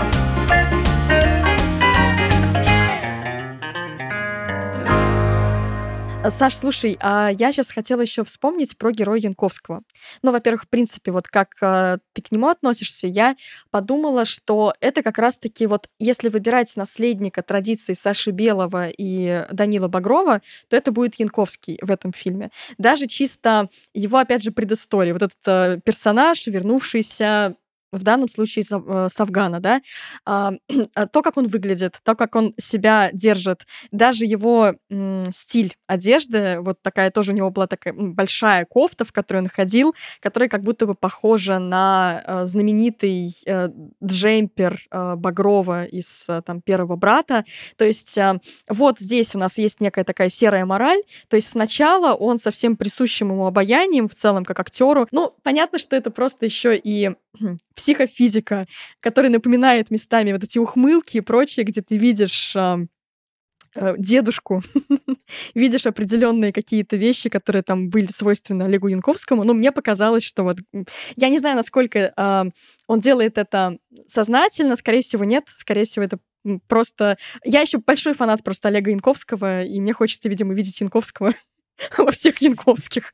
А, Саш, слушай, а я сейчас хотела еще вспомнить про героя Янковского. Ну, во-первых, в принципе, вот как а, ты к нему относишься, я подумала, что это как раз-таки вот если выбирать наследника традиций Саши Белого и Данила Багрова, то это будет Янковский в этом фильме. Даже чисто его, опять же, предыстория. Вот этот э, персонаж, вернувшийся в данном случае из Аф- э, с Афгана, да, а, а, то, как он выглядит, то, как он себя держит, даже его м, стиль одежды, вот такая тоже у него была такая м, большая кофта, в которой он ходил, которая как будто бы похожа на э, знаменитый э, джемпер э, Багрова из э, там «Первого брата». То есть э, вот здесь у нас есть некая такая серая мораль, то есть сначала он со всем присущим ему обаянием в целом как актеру, ну, понятно, что это просто еще и психофизика, которая напоминает местами вот эти ухмылки и прочее, где ты видишь а, э, дедушку, видишь определенные какие-то вещи, которые там были свойственны Олегу Янковскому. Но мне показалось, что вот... м, Я не знаю, насколько а, он делает это сознательно. Скорее всего, нет. Скорее всего, это м, просто... Я еще большой фанат просто Олега Янковского, и мне хочется, видимо, видеть Янковского во всех Янковских.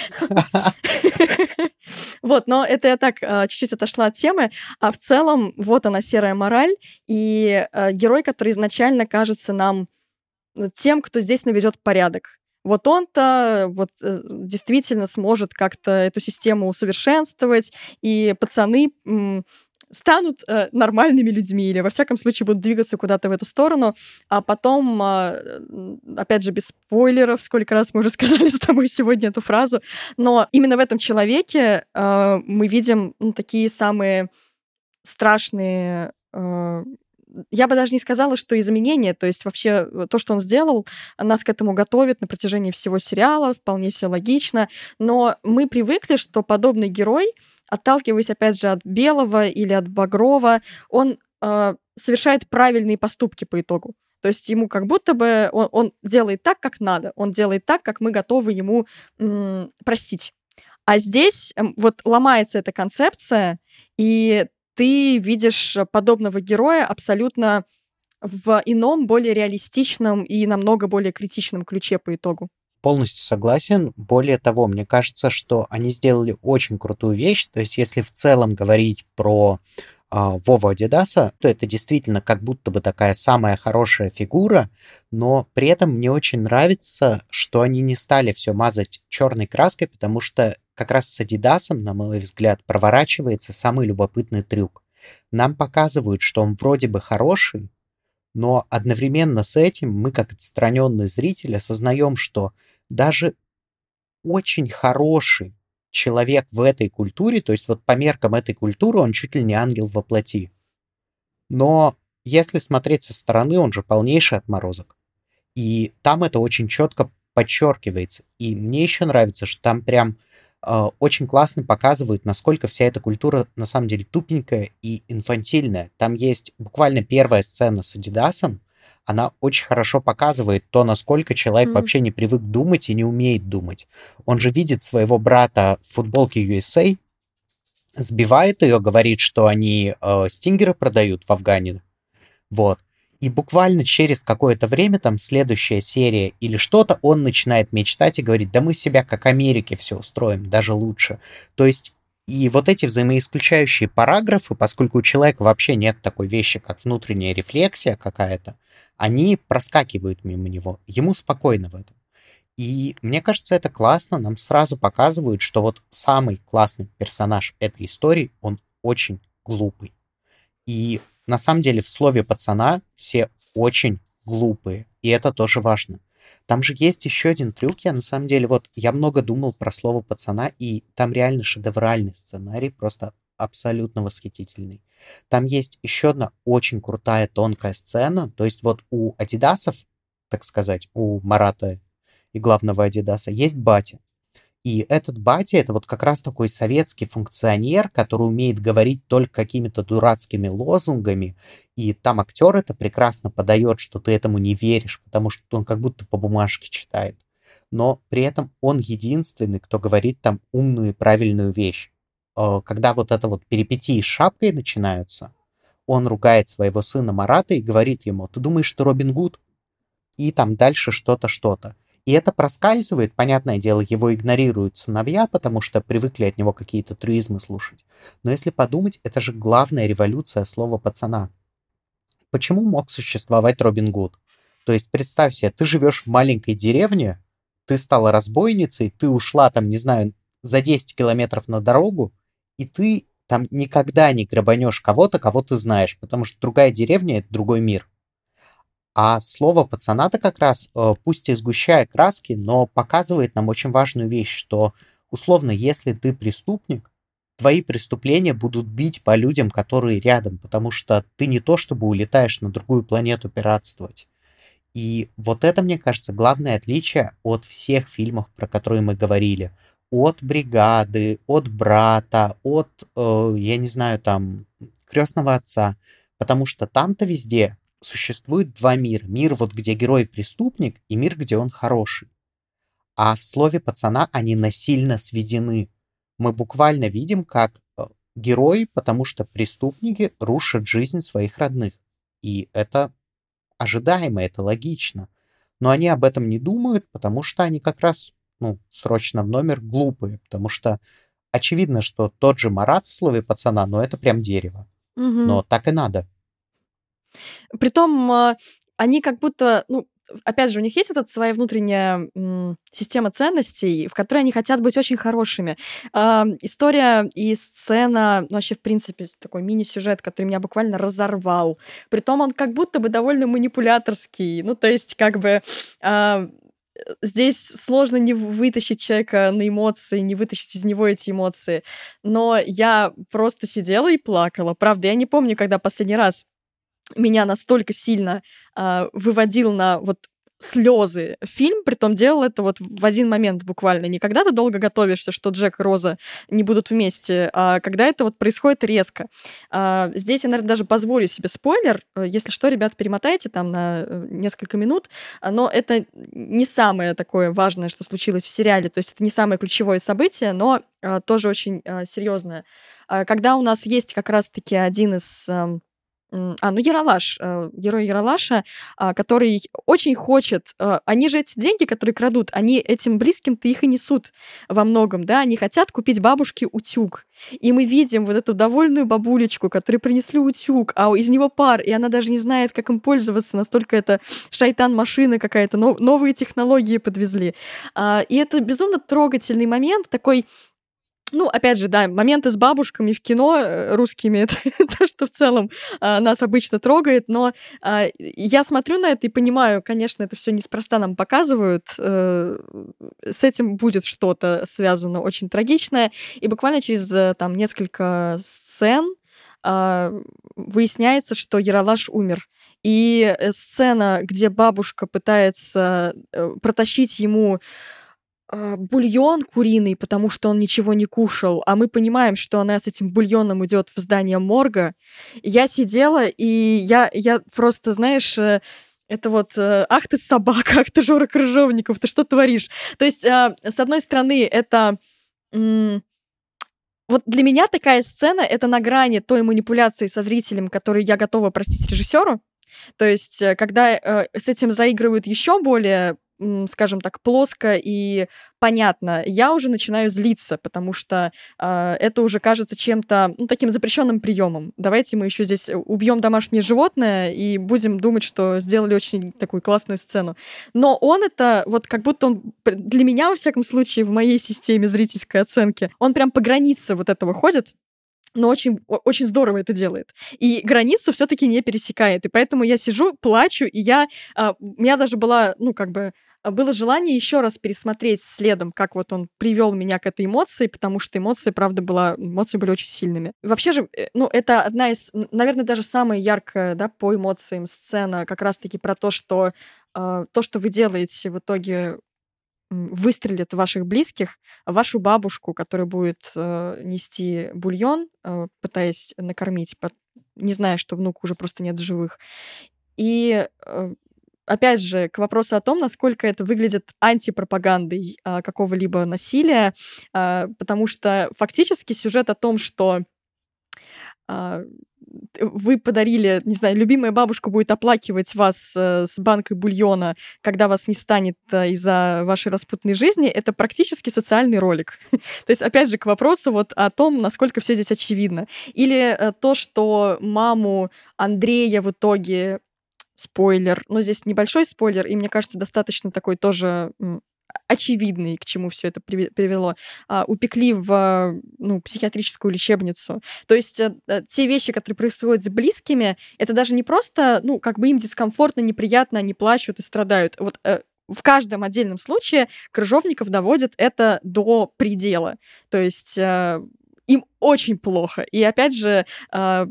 Вот, но это я так а, чуть-чуть отошла от темы. А в целом, вот она, серая мораль, и а, герой, который изначально кажется нам э, тем, кто здесь наведет порядок. Вот он-то вот э, действительно сможет как-то эту систему усовершенствовать, и пацаны м, станут э, нормальными людьми, или во всяком случае будут двигаться куда-то в эту сторону, а потом, а, м, опять же, без спойлеров, сколько раз мы уже сказали с тобой сегодня эту фразу, но именно в этом человеке э, мы видим ну, такие самые страшные, э, я бы даже не сказала, что изменения, то есть вообще э, то, что он сделал, нас к этому готовит на протяжении всего сериала, вполне себе логично, но мы привыкли, что подобный герой, отталкиваясь, опять же, от Белого или от Багрова, он э, совершает правильные поступки по итогу. То есть ему как будто бы он, он делает так, как надо, он делает так, как мы готовы ему м, простить. А здесь эм, вот ломается эта концепция, и ты видишь э, подобного героя абсолютно в ином, более реалистичном и намного более критичном ключе по итогу. Полностью согласен. Более того, мне кажется, что они сделали очень крутую вещь. То есть, если в целом говорить про а, Вову Адидаса, то это действительно как будто бы такая самая хорошая фигура, но при этом мне очень нравится, что они не стали все мазать черной краской, потому что как раз с Адидасом, на мой взгляд, проворачивается самый любопытный трюк. Нам показывают, что он вроде бы хороший, но одновременно с этим мы, как отстраненный зритель, осознаем, что даже очень хороший человек в этой культуре, то есть вот по меркам этой культуры он чуть ли не ангел во плоти. Но если смотреть со стороны, он же полнейший отморозок. И там это очень четко подчеркивается. И мне еще нравится, что там прям э, очень классно показывают, насколько вся эта культура на самом деле тупенькая и инфантильная. Там есть буквально первая сцена с Адидасом, она очень хорошо показывает то, насколько человек М. вообще не привык думать и не умеет думать. Он же видит своего брата в футболке ю эс эй, сбивает ее, говорит, что они э, стингеры продают в Афгане. Вот. И буквально через какое-то время, там, следующая серия или что-то, он начинает мечтать и говорит, да мы себя как Америке все устроим, даже лучше. То есть, и вот эти взаимоисключающие параграфы, поскольку у человека вообще нет такой вещи, как внутренняя рефлексия какая-то, они проскакивают мимо него. Ему спокойно в этом. И мне кажется, это классно. Нам сразу показывают, что вот самый классный персонаж этой истории, он очень глупый. И на самом деле в слове пацана все очень глупые. И это тоже важно. Там же есть еще один трюк. Я на самом деле, вот я много думал про слово пацана, и там реально шедевральный сценарий, просто абсолютно восхитительный. Там есть еще одна очень крутая тонкая сцена. То есть вот у Адидасов, так сказать, у Марата и главного Адидаса есть батя. И этот батя — это вот как раз такой советский функционер, который умеет говорить только какими-то дурацкими лозунгами, и там актер это прекрасно подает, что ты этому не веришь, потому что он как будто по бумажке читает. Но при этом он единственный, кто говорит там умную и правильную вещь. Э, Когда вот это вот перипетии с шапкой начинаются, он ругает своего сына Марата и говорит ему: «Ты думаешь, что Робин Гуд?» И там дальше что-то, что-то. И это проскальзывает, понятное дело, его игнорируют сыновья, потому что привыкли от него какие-то трюизмы слушать. Но если подумать, это же главная революция слова пацана. Почему мог существовать Робин Гуд? То есть представь себе, ты живешь в маленькой деревне, ты стала разбойницей, ты ушла там, не знаю, за десять километров на дорогу, и ты там никогда не грабанешь кого-то, кого ты знаешь, потому что другая деревня — это другой мир. А слово пацана-то как раз, э, пусть и сгущая краски, но показывает нам очень важную вещь, что, условно, если ты преступник, твои преступления будут бить по людям, которые рядом, потому что ты не то чтобы улетаешь на другую планету пиратствовать. И вот это, мне кажется, главное отличие от всех фильмов, про которые мы говорили. От «Бригады», от «Брата», от, э, я не знаю, там, «Крестного отца». Потому что там-то везде существует два мира. Мир, вот где герой преступник, и мир, где он хороший. А в слове пацана они насильно сведены. Мы буквально видим, как э, герои, потому что преступники рушат жизнь своих родных. И это ожидаемо, это логично. Но они об этом не думают, потому что они как раз, ну, срочно в номер глупые. Потому что очевидно, что тот же Марат в слове пацана, но это прям дерево. Мгм. Но так и надо. Притом, а, они как будто, ну, опять же, у них есть вот эта своя внутренняя, м, система ценностей, в которой они хотят быть очень хорошими. Ам, история и сцена, ну, вообще, в принципе, с такой мини-сюжет, который меня буквально разорвал. Притом он как будто бы довольно манипуляторский. Ну, то есть, как бы, а, э, здесь сложно не вытащить человека на эмоции, не вытащить из него эти эмоции. Но я просто сидела и плакала. Правда, я не помню, когда последний раз меня настолько сильно, а, выводил на вот слезы фильм, притом делал это вот в один момент буквально. Не когда ты долго готовишься, что Джек и Роза не будут вместе, а когда это вот происходит резко. А, здесь я, наверно, даже позволю себе спойлер. Э, если что, ребята, перемотайте там на, э, несколько минут. А, но это не самое такое важное, что случилось в сериале. То есть это не самое ключевое событие, но, а, тоже очень, а, серьезное. А, когда у нас есть как раз таки один из, ам м, а, ну, Ералаш, э, герой Ералаша, а, который очень хочет, э, они же эти деньги, которые крадут, они этим близким-то их и несут во многом, да, они хотят купить бабушке утюг. И мы видим вот эту довольную бабулечку, которой принесли утюг, а из него пар, и она даже не знает, как им пользоваться, настолько это шайтан-машина какая-то, но новые технологии подвезли. А, и это безумно трогательный момент, такой, ну, опять же, да, моменты с бабушками в кино э, русскими — это то, что в целом а, нас обычно трогает, но а, я смотрю на это и понимаю, конечно, это все неспроста нам показывают, э, с этим будет что-то связано очень трагичное, и буквально через э, там несколько сцен а, выясняется, что Ералаш умер. И э, сцена, где бабушка пытается э, протащить ему а, бульон куриный, потому что он ничего не кушал, а мы понимаем, что она с этим бульоном идет в здание морга. Я сидела, и я, я просто, знаешь, э, это вот э, «Ах ты собака, ах ты Жора Крыжовников, ты что творишь?» То есть, а, с одной стороны, это... м, вот для меня такая сцена — это на грани той манипуляции со зрителем, которую я готова простить режиссеру. То есть, э, когда э, с этим заигрывают еще более, м, скажем так, плоско и понятно, я уже начинаю злиться, потому что а, это уже кажется чем-то, ну, таким запрещенным приемом. Давайте мы еще здесь убьем домашнее животное и будем думать, что сделали очень такую классную сцену. Но он это, вот как будто он, п- для меня, во всяком случае, в моей системе зрительской оценки, он прям по границе вот этого ходит, но очень, о- очень здорово это делает. И границу все-таки не пересекает. И поэтому я сижу, плачу, и я... а, у меня даже была, ну, как бы, а, было желание еще раз пересмотреть следом, как вот он привел меня к этой эмоции, потому что эмоции, правда, была, эмоции были очень сильными. Вообще же, э, ну, это одна из, н- наверное, даже самая яркая, да, по эмоциям сцена как раз-таки про то, что а, то, что вы делаете в итоге м, выстрелит в ваших близких, в вашу бабушку, которая будет э, нести бульон, э, пытаясь накормить, пот- не зная, что внука уже просто нет в живых. И э, опять же, к вопросу о том, насколько это выглядит антипропагандой а, какого-либо насилия, а, потому что фактически сюжет о том, что а, т- вы подарили, не знаю, любимая бабушка будет оплакивать вас э, с банкой бульона, когда вас не станет э, из-за вашей распутной жизни, это практически социальный ролик. То есть, опять же, к вопросу вот о том, насколько все здесь очевидно. Или э, то, что маму Андрея в итоге, спойлер, но здесь небольшой спойлер, и мне кажется, достаточно такой тоже м, очевидный, к чему все это приве- привело, а, упекли в а, ну, психиатрическую лечебницу. То есть э, э, те вещи, которые происходят с близкими, это даже не просто, ну, как бы им дискомфортно, неприятно, они плачут и страдают. Вот э, в каждом отдельном случае Крыжовников доводит это до предела. То есть э, им очень плохо. И опять же, а,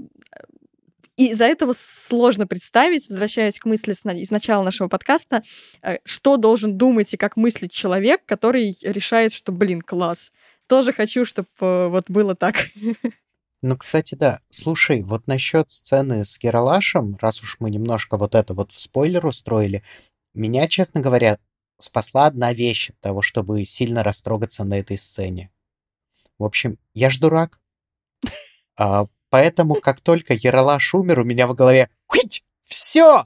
и из-за этого сложно представить, возвращаясь к мысли сна- из начала нашего подкаста, э, что должен думать и как мыслить человек, который решает, что, блин, класс. Тоже хочу, чтобы вот было так. Ну, кстати, да. Слушай, вот насчет сцены с Ералашем, раз уж мы немножко вот это вот в спойлер устроили, меня, честно говоря, спасла одна вещь от того, чтобы сильно растрогаться на этой сцене. В общем, я ж дурак, а, поэтому как только Ералаш умер, у меня в голове все!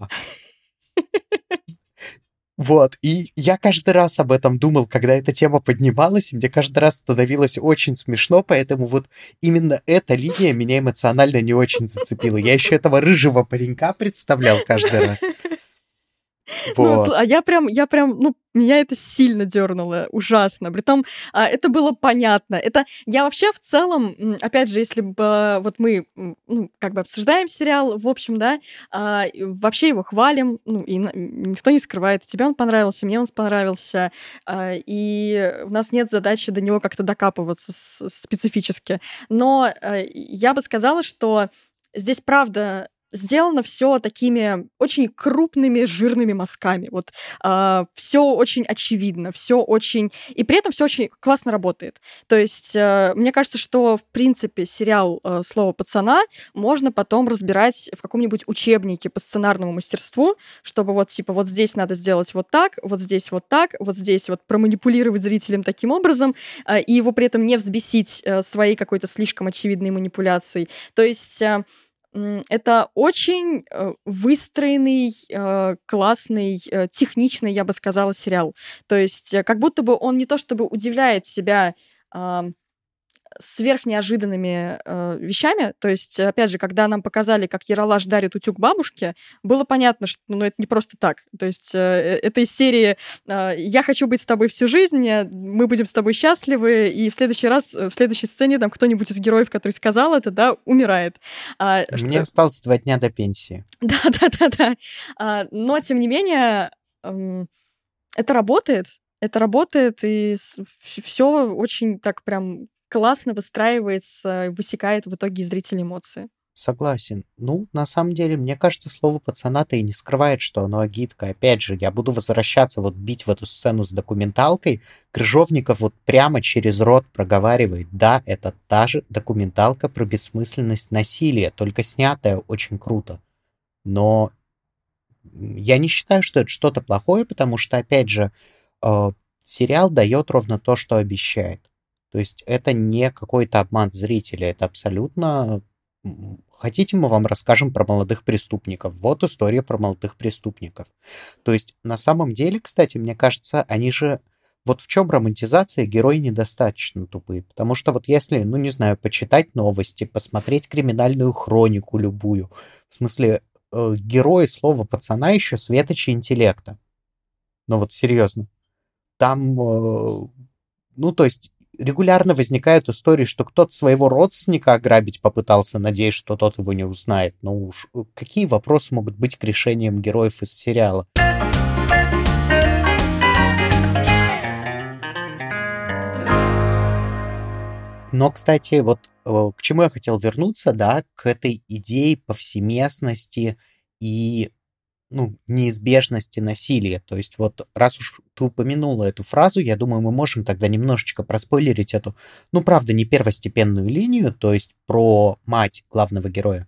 Вот, и я каждый раз об этом думал, когда эта тема поднималась, и мне каждый раз становилось очень смешно, поэтому вот именно эта линия меня эмоционально не очень зацепила. Я еще этого рыжего паренька представлял каждый раз. Ну, Вот. сл- а я прям, я прям, ну, меня это сильно дернуло, ужасно. Притом, а, это было понятно. Это я вообще в целом, м, опять же, если бы вот мы, м, ну, как бы обсуждаем сериал, в общем, да, а, и вообще его хвалим, ну, и на- никто не скрывает, тебе он понравился, мне он понравился, а, и у нас нет задачи до него как-то докапываться с- специфически. Но э, я бы сказала, что здесь правда сделано все такими очень крупными жирными мазками. Вот все очень очевидно, все очень, и при этом все очень классно работает. То есть э, мне кажется, что в принципе сериал э, "Слово пацана" можно потом разбирать в каком-нибудь учебнике по сценарному мастерству, чтобы вот типа вот здесь надо сделать вот так, вот здесь вот так, вот здесь вот проманипулировать зрителем таким образом, э, и его при этом не взбесить э, своей какой-то слишком очевидной манипуляцией. То есть э, м, это очень, э, выстроенный, э, классный, э, техничный, я бы сказала, сериал. То есть, э, как будто бы он не то чтобы удивляет себя, ам, сверхнеожиданными, э, вещами. То есть, опять же, когда нам показали, как Ералаш дарит утюг бабушке, было понятно, что, ну, это не просто так. То есть, э, э, это из серии, а, "Я хочу быть с тобой всю жизнь, э, мы будем с тобой счастливы", и в следующий раз, э, в следующей сцене там кто-нибудь из героев, который сказал это, да, умирает. А, Мне что осталось два дня до пенсии. Да-да-да-да. А, но тем не менее, м, это работает. Это работает, и все очень так прям классно выстраивается, высекает в итоге из зрителя эмоции. Согласен. Ну, на самом деле, мне кажется, слово пацана-то и не скрывает, что оно агитка. Опять же, я буду возвращаться, вот бить в эту сцену с документалкой. Крыжовников вот прямо через рот проговаривает: да, это та же документалка про бессмысленность насилия, только снятая очень круто. Но м, я не считаю, что это что-то плохое, потому что, опять же, э, сериал дает ровно то, что обещает. То есть это не какой-то обман зрителя, это абсолютно... м, Хотите, мы вам расскажем про молодых преступников? Вот история про молодых преступников. То есть на самом деле, кстати, мне кажется, они же... Вот в чем романтизация, герои недостаточно тупые. Потому что вот если, ну не знаю, почитать новости, посмотреть криминальную хронику любую, в смысле, э, герои слова пацана еще светочи интеллекта. Ну вот серьезно. Там, э, ну то есть регулярно возникают истории, что кто-то своего родственника ограбить попытался, надеясь, что тот его не узнает. Ну уж э, какие вопросы могут быть к решениям героев из сериала? Но, кстати, вот э, к чему я хотел вернуться, да, к этой идее повсеместности и, ну, неизбежности насилия. То есть вот раз уж ты упомянула эту фразу, я думаю, мы можем тогда немножечко проспойлерить эту, ну, правда, не первостепенную линию, то есть про мать главного героя.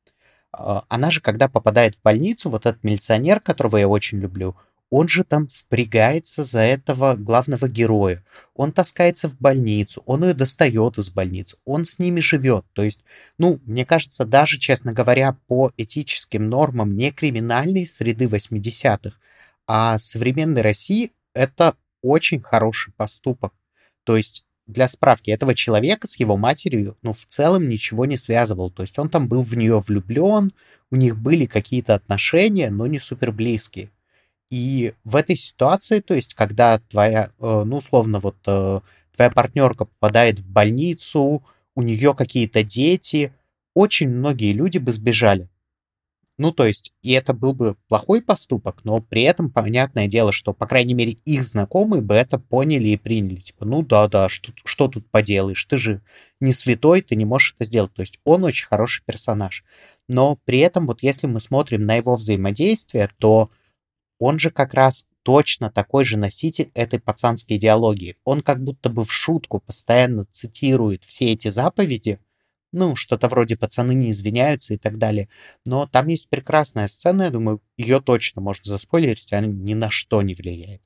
А, Она же, когда попадает в больницу, вот этот милиционер, которого я очень люблю, он же там впрягается за этого главного героя. Он таскается в больницу, он ее достает из больницы, он с ними живет. То есть, ну, мне кажется, даже, честно говоря, по этическим нормам не криминальной среды восьмидесятых, а современной России это очень хороший поступок. То есть, для справки, этого человека с его матерью, ну, в целом ничего не связывал. То есть он там был в нее влюблен, у них были какие-то отношения, но не супер близкие. И в этой ситуации, то есть, когда твоя, э, ну, условно, вот э, твоя партнерка попадает в больницу, у нее какие-то дети, очень многие люди бы сбежали. Ну, то есть, и это был бы плохой поступок, но при этом понятное дело, что, по крайней мере, их знакомые бы это поняли и приняли. Типа, ну да-да, что, что тут поделаешь? Ты же не святой, ты не можешь это сделать. То есть он очень хороший персонаж. Но при этом, вот если мы смотрим на его взаимодействие, то он же как раз точно такой же носитель этой пацанской идеологии. Он как будто бы в шутку постоянно цитирует все эти заповеди, ну, что-то вроде «пацаны не извиняются» и так далее. Но там есть прекрасная сцена, я думаю, ее точно можно заспойлерить, она ни на что не влияет.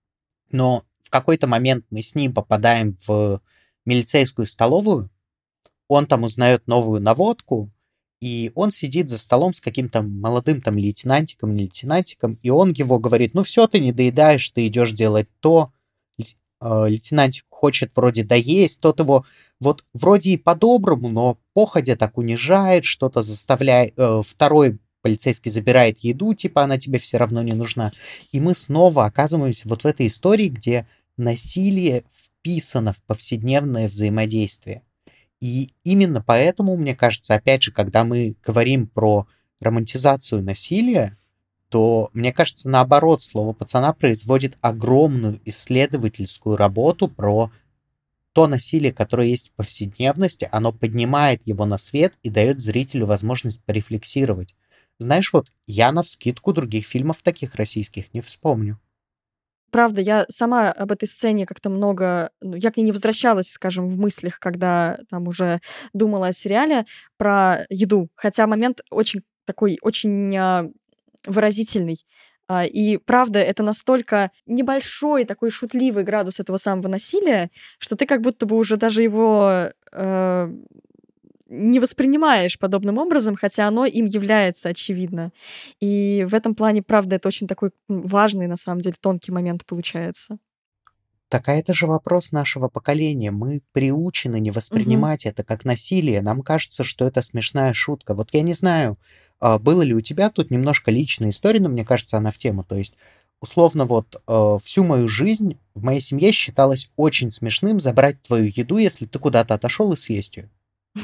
Но в какой-то момент мы с ним попадаем в милицейскую столовую, он там узнает новую наводку, и он сидит за столом с каким-то молодым там лейтенантиком, не лейтенантиком, и он его говорит: ну все, ты не доедаешь, ты идешь делать то. Ле- э, Лейтенантик хочет вроде доесть, тот его вот вроде и по-доброму, но походя так унижает, что-то заставляет. э, Второй полицейский забирает еду, типа она тебе все равно не нужна. И мы снова оказываемся вот в этой истории, где насилие вписано в повседневное взаимодействие. И именно поэтому, мне кажется, опять же, когда мы говорим про романтизацию насилия, то, мне кажется, наоборот, слово пацана производит огромную исследовательскую работу про то насилие, которое есть в повседневности, оно поднимает его на свет и дает зрителю возможность порефлексировать. Знаешь, вот я навскидку других фильмов таких российских не вспомню. Правда, я сама об этой сцене как-то много, ну, я к ней не возвращалась, скажем, в мыслях, когда там уже думала о сериале про еду. Хотя момент очень такой, очень а, выразительный. А, и правда, это настолько небольшой такой шутливый градус этого самого насилия, что ты как будто бы уже даже его э, не воспринимаешь подобным образом, хотя оно им является, очевидно. И в этом плане, правда, это очень такой м, важный, на самом деле, тонкий момент получается. Так а это же вопрос нашего поколения. Мы приучены не Мгм. воспринимать это как насилие. Нам кажется, что это смешная шутка. Вот я не знаю, а, было ли у тебя тут немножко личная история, но мне кажется, она в тему. То есть, условно, вот э, всю мою жизнь в моей семье считалось очень смешным забрать твою еду, если ты куда-то отошел и съесть ее.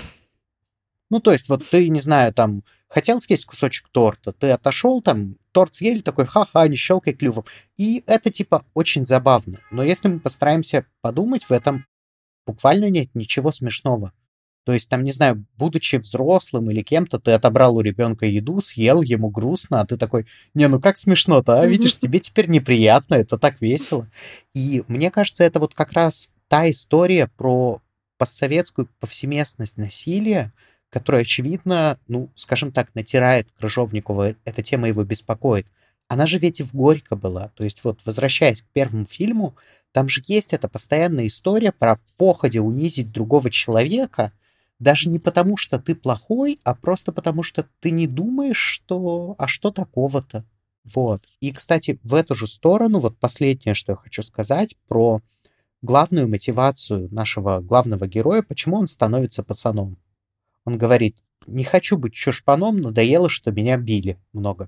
Ну, то есть, вот ты, не знаю, там, хотел съесть кусочек торта, ты отошел, там, торт съели, такой, ха-ха, не щелкай клювом. И это, типа, очень забавно. Но если мы постараемся подумать, в этом буквально нет ничего смешного. То есть, там, не знаю, будучи взрослым или кем-то, ты отобрал у ребенка еду, съел, ему грустно, а ты такой, не, ну как смешно-то, а? Мгм. Видишь, тебе теперь неприятно, это так весело. И мне кажется, это вот как раз та история про постсоветскую повсеместность насилия, которая, очевидно, ну, скажем так, натирает Крыжовникова, эта тема его беспокоит. Она же ведь и в Горько была. То есть вот, возвращаясь к первому фильму, там же есть эта постоянная история про походе унизить другого человека, даже не потому, что ты плохой, а просто потому, что ты не думаешь, что «а что такого-то?» Вот. И, кстати, в эту же сторону, вот последнее, что я хочу сказать про главную мотивацию нашего главного героя, почему он становится пацаном. Он говорит, не хочу быть чушпаном, надоело, что меня били много.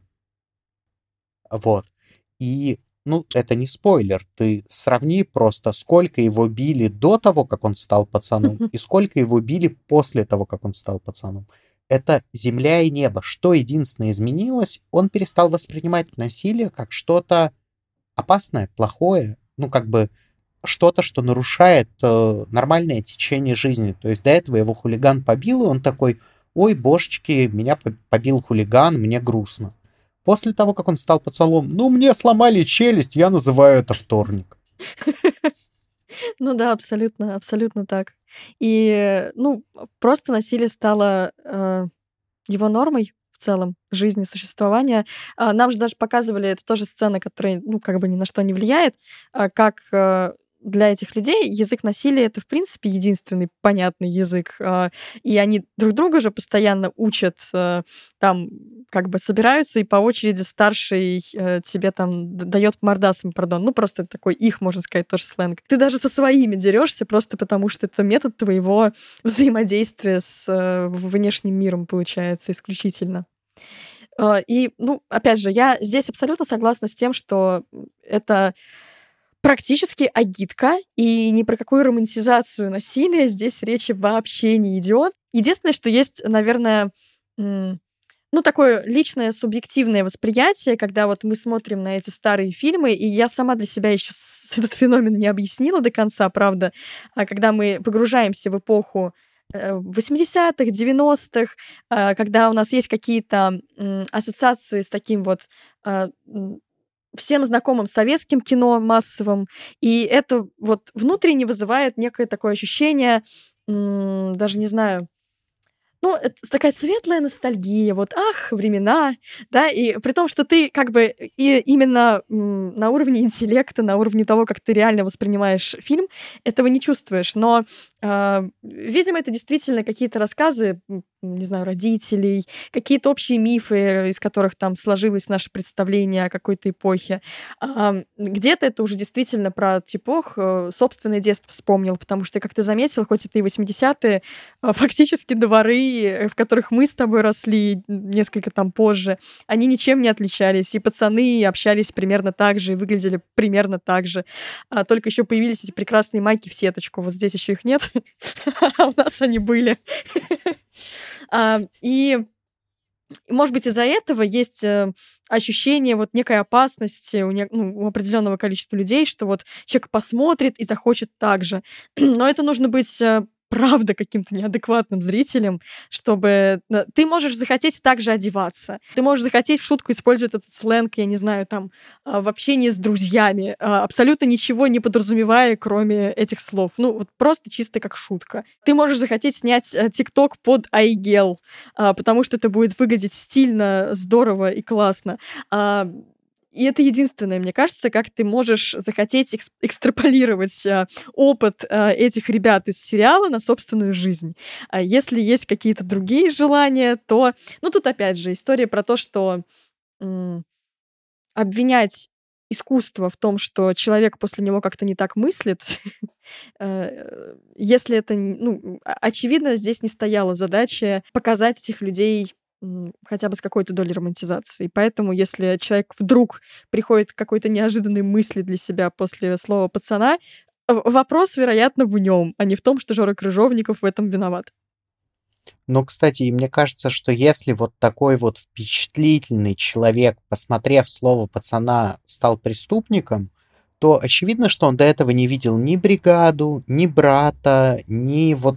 Вот. И, ну, это не спойлер. Ты сравни просто, сколько его били до того, как он стал пацаном, и сколько его били после того, как он стал пацаном. Это земля и небо. Что единственное изменилось, он перестал воспринимать насилие как что-то опасное, плохое, ну, как бы что-то, что нарушает э, нормальное течение жизни. То есть до этого его хулиган побил, и он такой, ой, божечки, меня по- побил хулиган, мне грустно. После того, как он стал пацаном, ну, мне сломали челюсть, я называю это вторник. Ну да, абсолютно, абсолютно так. И, э, ну, просто насилие стало э, его нормой в целом жизни, существования. А, Нам же даже показывали, это тоже сцена, которая, ну, как бы ни на что не влияет, а, как э, для этих людей язык насилия — это, в принципе, единственный понятный язык. А, И они друг друга же постоянно учат, э, там, как бы собираются, и по очереди старший э, тебе там д- дает мордасом, пардон. Ну, просто такой их, можно сказать, тоже сленг. Ты даже со своими дерешься просто потому, что это метод твоего взаимодействия с э, внешним миром, получается, исключительно. Э, И, ну, опять же, я здесь абсолютно согласна с тем, что это практически агитка, и ни про какую романтизацию насилия здесь речи вообще не идет. Единственное, что есть, наверное, м, ну, такое личное субъективное восприятие, когда вот мы смотрим на эти старые фильмы, и я сама для себя еще этот феномен не объяснила до конца, правда, а когда мы погружаемся в эпоху э, восьмидесятых, девяностых, а, когда у нас есть какие-то м, ассоциации с таким вот а, м, всем знакомым советским кино массовым, и это вот внутренне вызывает некое такое ощущение, м, даже не знаю, ну, это с такая светлая ностальгия, вот, ах, времена, да, и при том, что ты как бы и именно м, на уровне интеллекта, на уровне того, как ты реально воспринимаешь фильм, этого не чувствуешь. Но, а, видимо, это действительно какие-то рассказы, м, не знаю, родителей, какие-то общие мифы, из которых там сложилось наше представление о какой-то эпохе. Ам, где-то это уже действительно про эпох э, собственное детство вспомнил, потому что, как ты заметил, хоть это и восьмидесятые, а, фактически дворы, э, в которых мы с тобой росли несколько там позже, они ничем не отличались. И пацаны общались примерно так же, и выглядели примерно так же. А, только еще появились эти прекрасные майки в сеточку. Вот здесь еще их нет, а у нас они были. А, И, может быть, из-за этого есть э, ощущение вот некой опасности у, не- ну, у определенного количества людей, что вот человек посмотрит и захочет так же. Но это нужно быть э, правда каким-то неадекватным зрителем, чтобы э, ты можешь захотеть так же одеваться. Ты можешь захотеть в шутку использовать этот сленг, я не знаю, там, а, в общении с друзьями, а, абсолютно ничего не подразумевая, кроме этих слов. Ну, вот просто чисто как шутка. Ты можешь захотеть снять э, ТикТок под айгел, а, потому что это будет выглядеть стильно, здорово и классно. А, И это единственное, мне кажется, как ты можешь захотеть экс экстраполировать, а, опыт, а, этих ребят из сериала на собственную жизнь. А если есть какие-то другие желания, то ну, тут опять же история про то, что, м, обвинять искусство в том, что человек после него как-то не так мыслит, э, если это н ну, о очевидно, здесь не стояла задача показать этих людей, м, хотя бы с какой-то долей романтизации. Поэтому, если человек вдруг приходит к какой-то неожиданной мысли для себя после слова "пацана", в вопрос, вероятно, в нём, а не в том, что Жора Крыжовников в этом виноват. Но, кстати, и мне кажется, что если вот такой вот впечатлительный человек, посмотрев слово "пацана", стал преступником, то очевидно, что он до этого не видел ни "Бригаду", ни "Брата", ни вот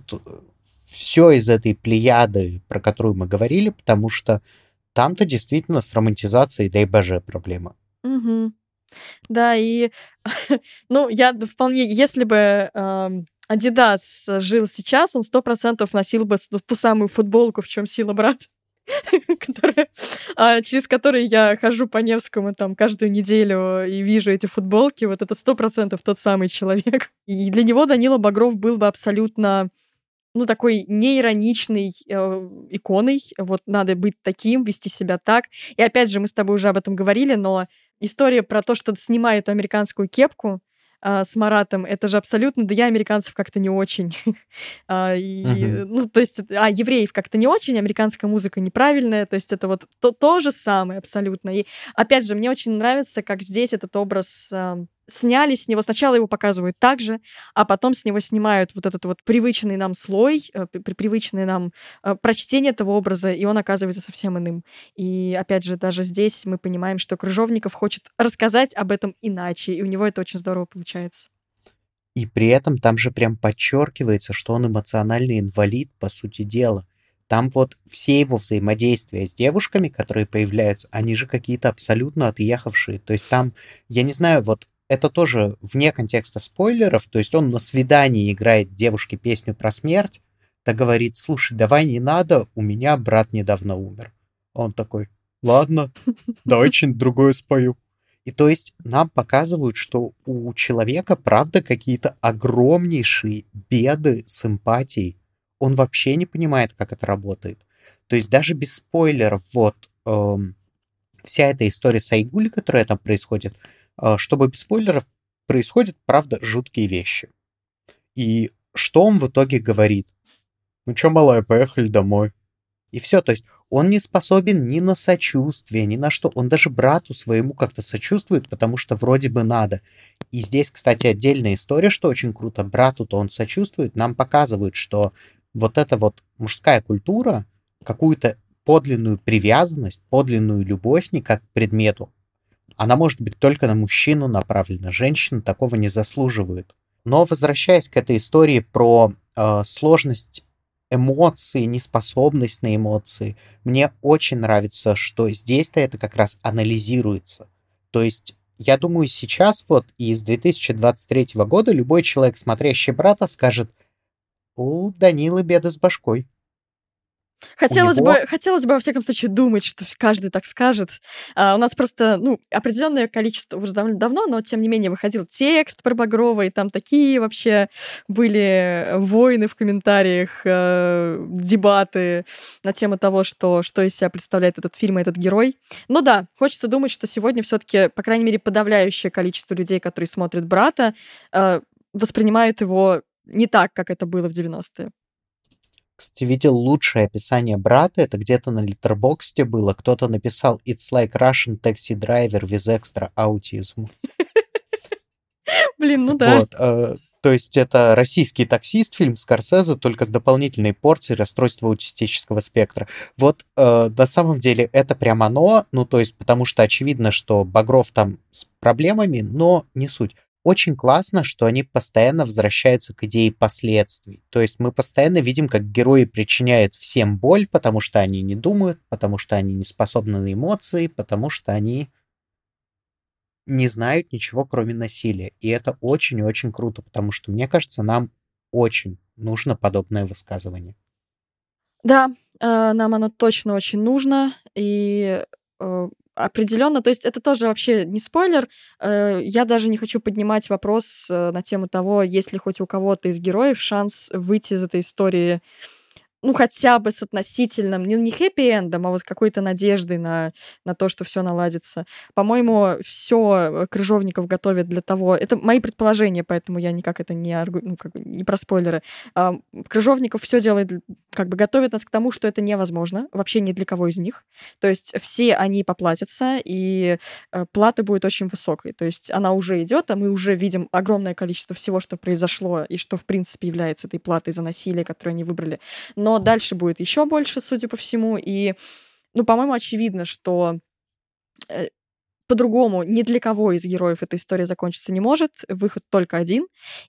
всё из этой плеяды, про которую мы говорили, потому что там-то действительно с романтизацией, дай боже, проблема. Мгм. Да, и, ну, я д вполне если бы, ам, "Адидас" жил сейчас, он сто процентов носил бы с ту самую футболку "В чём сила, брат", которая а, через который я хожу по Невскому там каждую неделю и вижу эти футболки. Вот это сто процентов тот самый человек. И для него Данила Багров был бы абсолютно, ну, такой неироничной, э, иконой. Вот надо быть таким, вести себя так. И опять же, мы с тобой уже об этом говорили, но история про то, что снимай эту американскую кепку, а, с Маратом, это же абсолютно: "Да я американцев как-то не очень". А, и, Мгм. ну, то есть, а евреев как-то не очень, американская музыка неправильная. То есть это вот то то же самое абсолютно. И опять же, мне очень нравится, как здесь этот образ, ам, сняли с него. Сначала его показывают так же, а потом с него снимают вот этот вот привычный нам слой, э, при привычное нам, э, прочтение этого образа, и он оказывается совсем иным. И опять же, даже здесь мы понимаем, что Крыжовников хочет рассказать об этом иначе, и у него это очень здорово получается. И при этом там же прям подчеркивается, что он эмоциональный инвалид, по сути дела. Там вот все его взаимодействия с девушками, которые появляются, они же какие-то абсолютно отъехавшие. То есть там, я не знаю, вот это тоже вне контекста спойлеров. То есть он на свидании играет девушке песню про смерть, та говорит: "Слушай, давай не надо, у меня брат недавно умер". Он такой: "Ладно, давай чё-нибудь другое спою". И то есть нам показывают, что у человека правда какие-то огромнейшие беды с эмпатией. Он вообще не понимает, как это работает. То есть даже без спойлеров, вот, ам, вся эта история с Айгуль, которая там происходит, а, чтобы без спойлеров, происходят, правда, жуткие вещи. И что он в итоге говорит? "Ну чё, малая, поехали домой". И всё. То есть он не способен ни на сочувствие, ни на что. Он даже брату своему как-то сочувствует, потому что вроде бы надо. И здесь, кстати, отдельная история, что очень круто. Брату-то он сочувствует. Нам показывают, что вот эта вот мужская культура, какую-то подлинную привязанность, подлинную любовь не как к предмету, она может быть только на мужчину направлена. Женщины такого не заслуживают. Но возвращаясь к этой истории про, а, сложность эмоций, неспособность на эмоции, мне очень нравится, что здесь-то это как раз анализируется. То есть я думаю, сейчас вот из две тысячи двадцать третьего года любой человек, смотрящий "Брата", скажет: "У Данилы беды с башкой". У Хотелось него бы хотелось бы, во всяком случае, думать, что ф каждый так скажет. А, у нас просто, ну, определенное количество, уже довольно давно, но тем не менее выходил текст про Багрова, и там такие вообще были войны в комментариях, э, дебаты на тему того, что что из себя представляет этот фильм и этот герой. Ну да, хочется думать, что сегодня всё-таки, по крайней мере, подавляющее количество людей, которые смотрят "Брата", э, воспринимают его не так, как это было в девяностые. Кстати, видел лучшее описание "Брата". Это где-то на "Леттербоксде" было. Кто-то написал: "It's like Russian Taxi Driver with extra autism". Блин, ну да. Вот, э, то есть это российский таксист, фильм Скорсезе, только с дополнительной порцией расстройства аутистического спектра. Вот, э, на самом деле это прям оно. Ну, то есть, потому что очевидно, что Багров там с проблемами, но не суть. Очень классно, что они постоянно возвращаются к идее последствий. То есть мы постоянно видим, как герои причиняют всем боль, потому что они не думают, потому что они не способны на эмоции, потому что они не знают ничего, кроме насилия. И это очень и очень круто, потому что, мне кажется, нам очень нужно подобное высказывание. Да, э, нам оно точно очень нужно. И, э определенно, то есть это тоже вообще не спойлер. Э, я даже не хочу поднимать вопрос э, на тему того, есть ли хоть у кого-то из героев шанс выйти из этой истории, ну, хотя бы с относительным, не, не хэппи-эндом, а вот с какой-то надеждой на, на то, что все наладится. По-моему, все Крыжовников готовят для того... Это мои предположения, поэтому я никак это не, аргу... ну, как бы не про спойлеры. А, Крыжовников все делает, для- как бы готовит нас к тому, что это невозможно, вообще ни для кого из них. То есть все они поплатятся, и э, плата будет очень высокой. То есть она уже идет, а мы уже видим огромное количество всего, что произошло, и что, в принципе, является этой платой за насилие, которое они выбрали. Но дальше будет еще больше, судя по всему. И, ну, по-моему, очевидно, что э, по-другому ни для кого из героев эта история закончиться не может. Выход только один.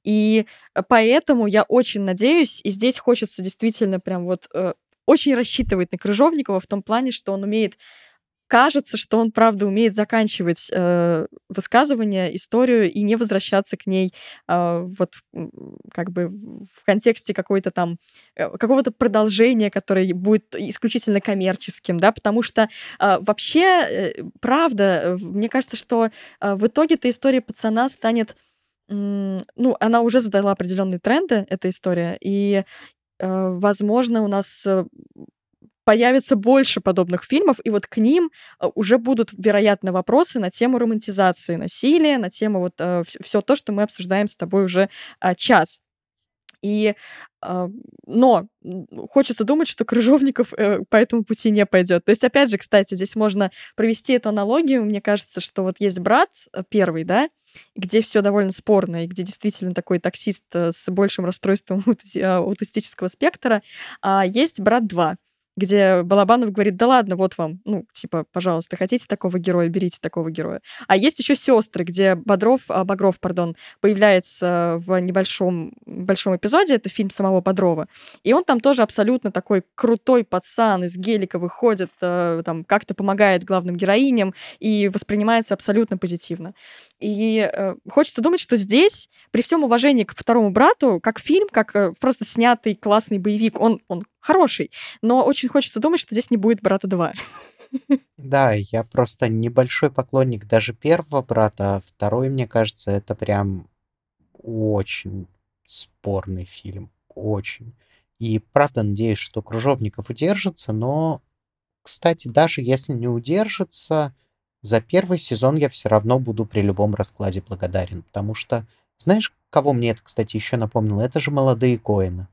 И э, поэтому я очень надеюсь, и здесь хочется действительно прям вот э, очень рассчитывать на Крыжовникова в том плане, что он умеет кажется, что он, правда, умеет заканчивать э, высказывание, историю и не возвращаться к ней э, вот м, как бы в контексте какой-то там э, какого-то продолжения, которое будет исключительно коммерческим, да, потому что э, вообще, э, правда, э, мне кажется, что э, в итоге эта история пацана станет, м, ну, она уже задала определенные тренды, эта история, и э, возможно, у нас э, появится больше подобных фильмов, и вот к ним э, уже будут, вероятно, вопросы на тему романтизации насилия, на тему вот все то, что мы обсуждаем с тобой уже а, час. И, а, но м, хочется думать, что Крыжовников э, по этому пути не пойдет. То есть, опять же, кстати, здесь можно провести эту аналогию. Мне кажется, что вот есть брат э, первый, да, где все довольно спорно, и где действительно такой таксист э, с большим расстройством аути- а, аутистического спектра, а есть брат два, где Балабанов говорит: да ладно, вот вам, ну, типа, пожалуйста, хотите такого героя, берите такого героя. А есть еще сестры, где Бодров, а, Багров, пардон, появляется в небольшом большом эпизоде, это фильм самого Бодрова, и он там тоже абсолютно такой крутой пацан, из гелика выходит, э, там, как-то помогает главным героиням и воспринимается абсолютно позитивно. И э, хочется думать, что здесь, при всем уважении к второму брату, как фильм, как э, просто снятый классный боевик, он, он хороший, но очень хочется думать, что здесь не будет «Брата два». Да, я просто небольшой поклонник даже первого брата, а второй, мне кажется, это прям очень спорный фильм. Очень. И правда надеюсь, что Кружовников удержится, но, кстати, даже если не удержится, за первый сезон я все равно буду при любом раскладе благодарен, потому что, знаешь, кого мне это, кстати, еще напомнило? Это же «Молодые Коэны».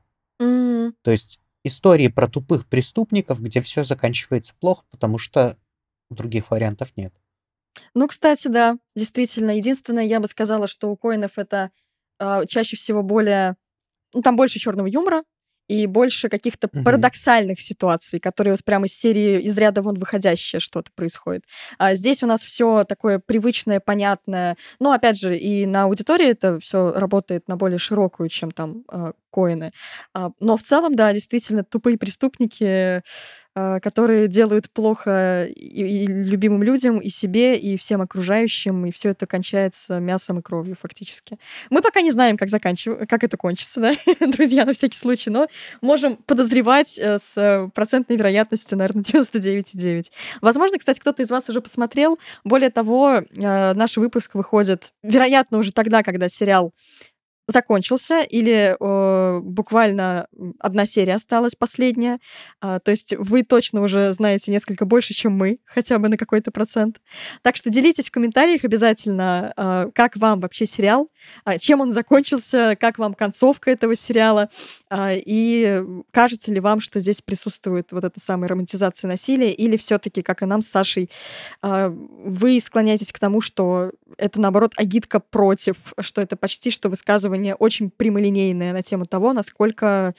М, То есть истории про тупых преступников, где все заканчивается плохо, потому что других вариантов нет. Ну, кстати, да, действительно. Единственное, я бы сказала, что у Коэнов это а, чаще всего более... Ну, там больше черного юмора и больше каких-то Мгм. парадоксальных ситуаций, которые вот прямо из серии из ряда вон выходящее что-то происходит. А здесь у нас все такое привычное, понятное. Но, опять же, и на аудитории это все работает на более широкую, чем там а, Коэны. А, но в целом, да, действительно, тупые преступники, а, которые делают плохо и, и любимым людям, и себе, и всем окружающим, и все это кончается мясом и кровью фактически. Мы пока не знаем, как, заканчив... как это кончится, да, друзья, на всякий случай, но можем подозревать э, с э, процентной вероятностью, наверное, девяносто девять и девять. Возможно, кстати, кто-то из вас уже посмотрел. Более того, э, наш выпуск выходит, вероятно, уже тогда, когда сериал закончился или э, буквально м, одна серия осталась, последняя. А, то есть вы точно уже знаете несколько больше, чем мы, хотя бы на какой-то процент. Так что делитесь в комментариях обязательно, а, как вам вообще сериал, а, чем он закончился, как вам концовка этого сериала, а, и кажется ли вам, что здесь присутствует вот эта самая романтизация насилия, или все-таки, как и нам с Сашей, а, вы склоняетесь к тому, что это, наоборот, агитка против, что это почти что высказывание очень прямолинейное на тему того, насколько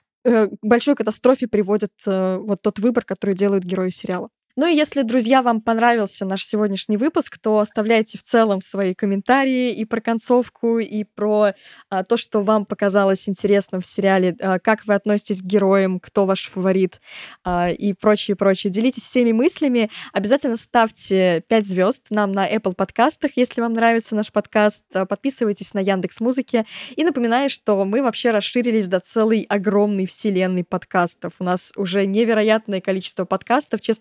э, к большой катастрофе приводит э, вот тот выбор, который делают герои сериала. Ну и если, друзья, вам понравился наш сегодняшний выпуск, то оставляйте в целом свои комментарии и про концовку, и про а, то, что вам показалось интересным в сериале, а, как вы относитесь к героям, кто ваш фаворит а, и прочее, прочее. Делитесь всеми мыслями. Обязательно ставьте пять звезд нам на Apple подкастах, если вам нравится наш подкаст. А, Подписывайтесь на Яндекс Музыке. И напоминаю, что мы вообще расширились до целой огромной вселенной подкастов. У нас уже невероятное количество подкастов. Честно говоря,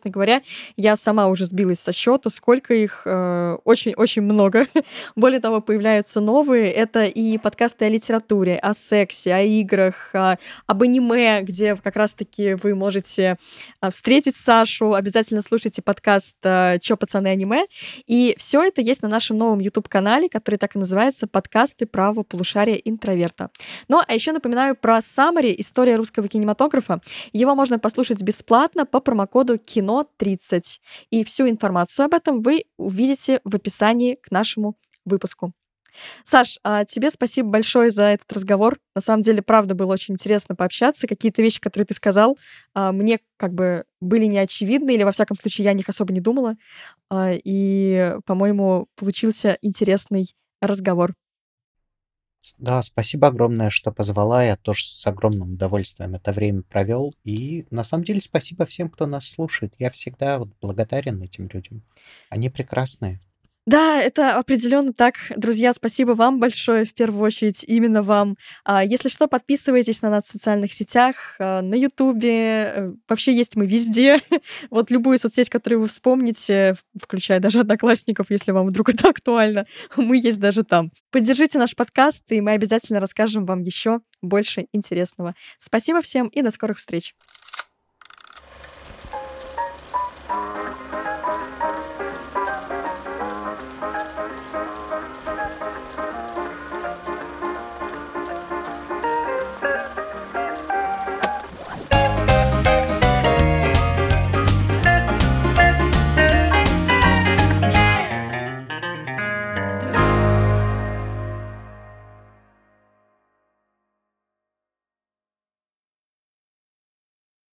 Я сама уже сбилась со счету, сколько их, э, очень-очень много. Более того, появляются новые. Это и подкасты о литературе, о сексе, о играх, а, об аниме, где как раз-таки вы можете а, встретить Сашу. Обязательно слушайте подкаст а, «Чё, пацаны, аниме». И все это есть на нашем новом YouTube-канале, который так и называется «Подкасты правого полушария интроверта». Ну, а еще напоминаю про Summary «История русского кинематографа». Его можно послушать бесплатно по промокоду кино тридцать. И всю информацию об этом вы увидите в описании к нашему выпуску. Саш, а тебе спасибо большое за этот разговор. На самом деле, правда, было очень интересно пообщаться. Какие-то вещи, которые ты сказал, а, мне как бы были неочевидны, или, во всяком случае, я о них особо не думала. А, И, по-моему, получился интересный разговор. Да, спасибо огромное, что позвала. Я тоже с огромным удовольствием это время провел. И на самом деле спасибо всем, кто нас слушает. Я всегда вот благодарен этим людям. Они прекрасные. Да, это определенно так. Друзья, спасибо вам большое, в первую очередь, именно вам. А, Если что, подписывайтесь на нас в социальных сетях, а, на Ютубе. э, Вообще есть мы везде. Вот любую соцсеть, которую вы вспомните, в- включая даже Одноклассников, если вам вдруг это актуально, мы есть даже там. Поддержите наш подкаст, и мы обязательно расскажем вам еще больше интересного. Спасибо всем и до скорых встреч.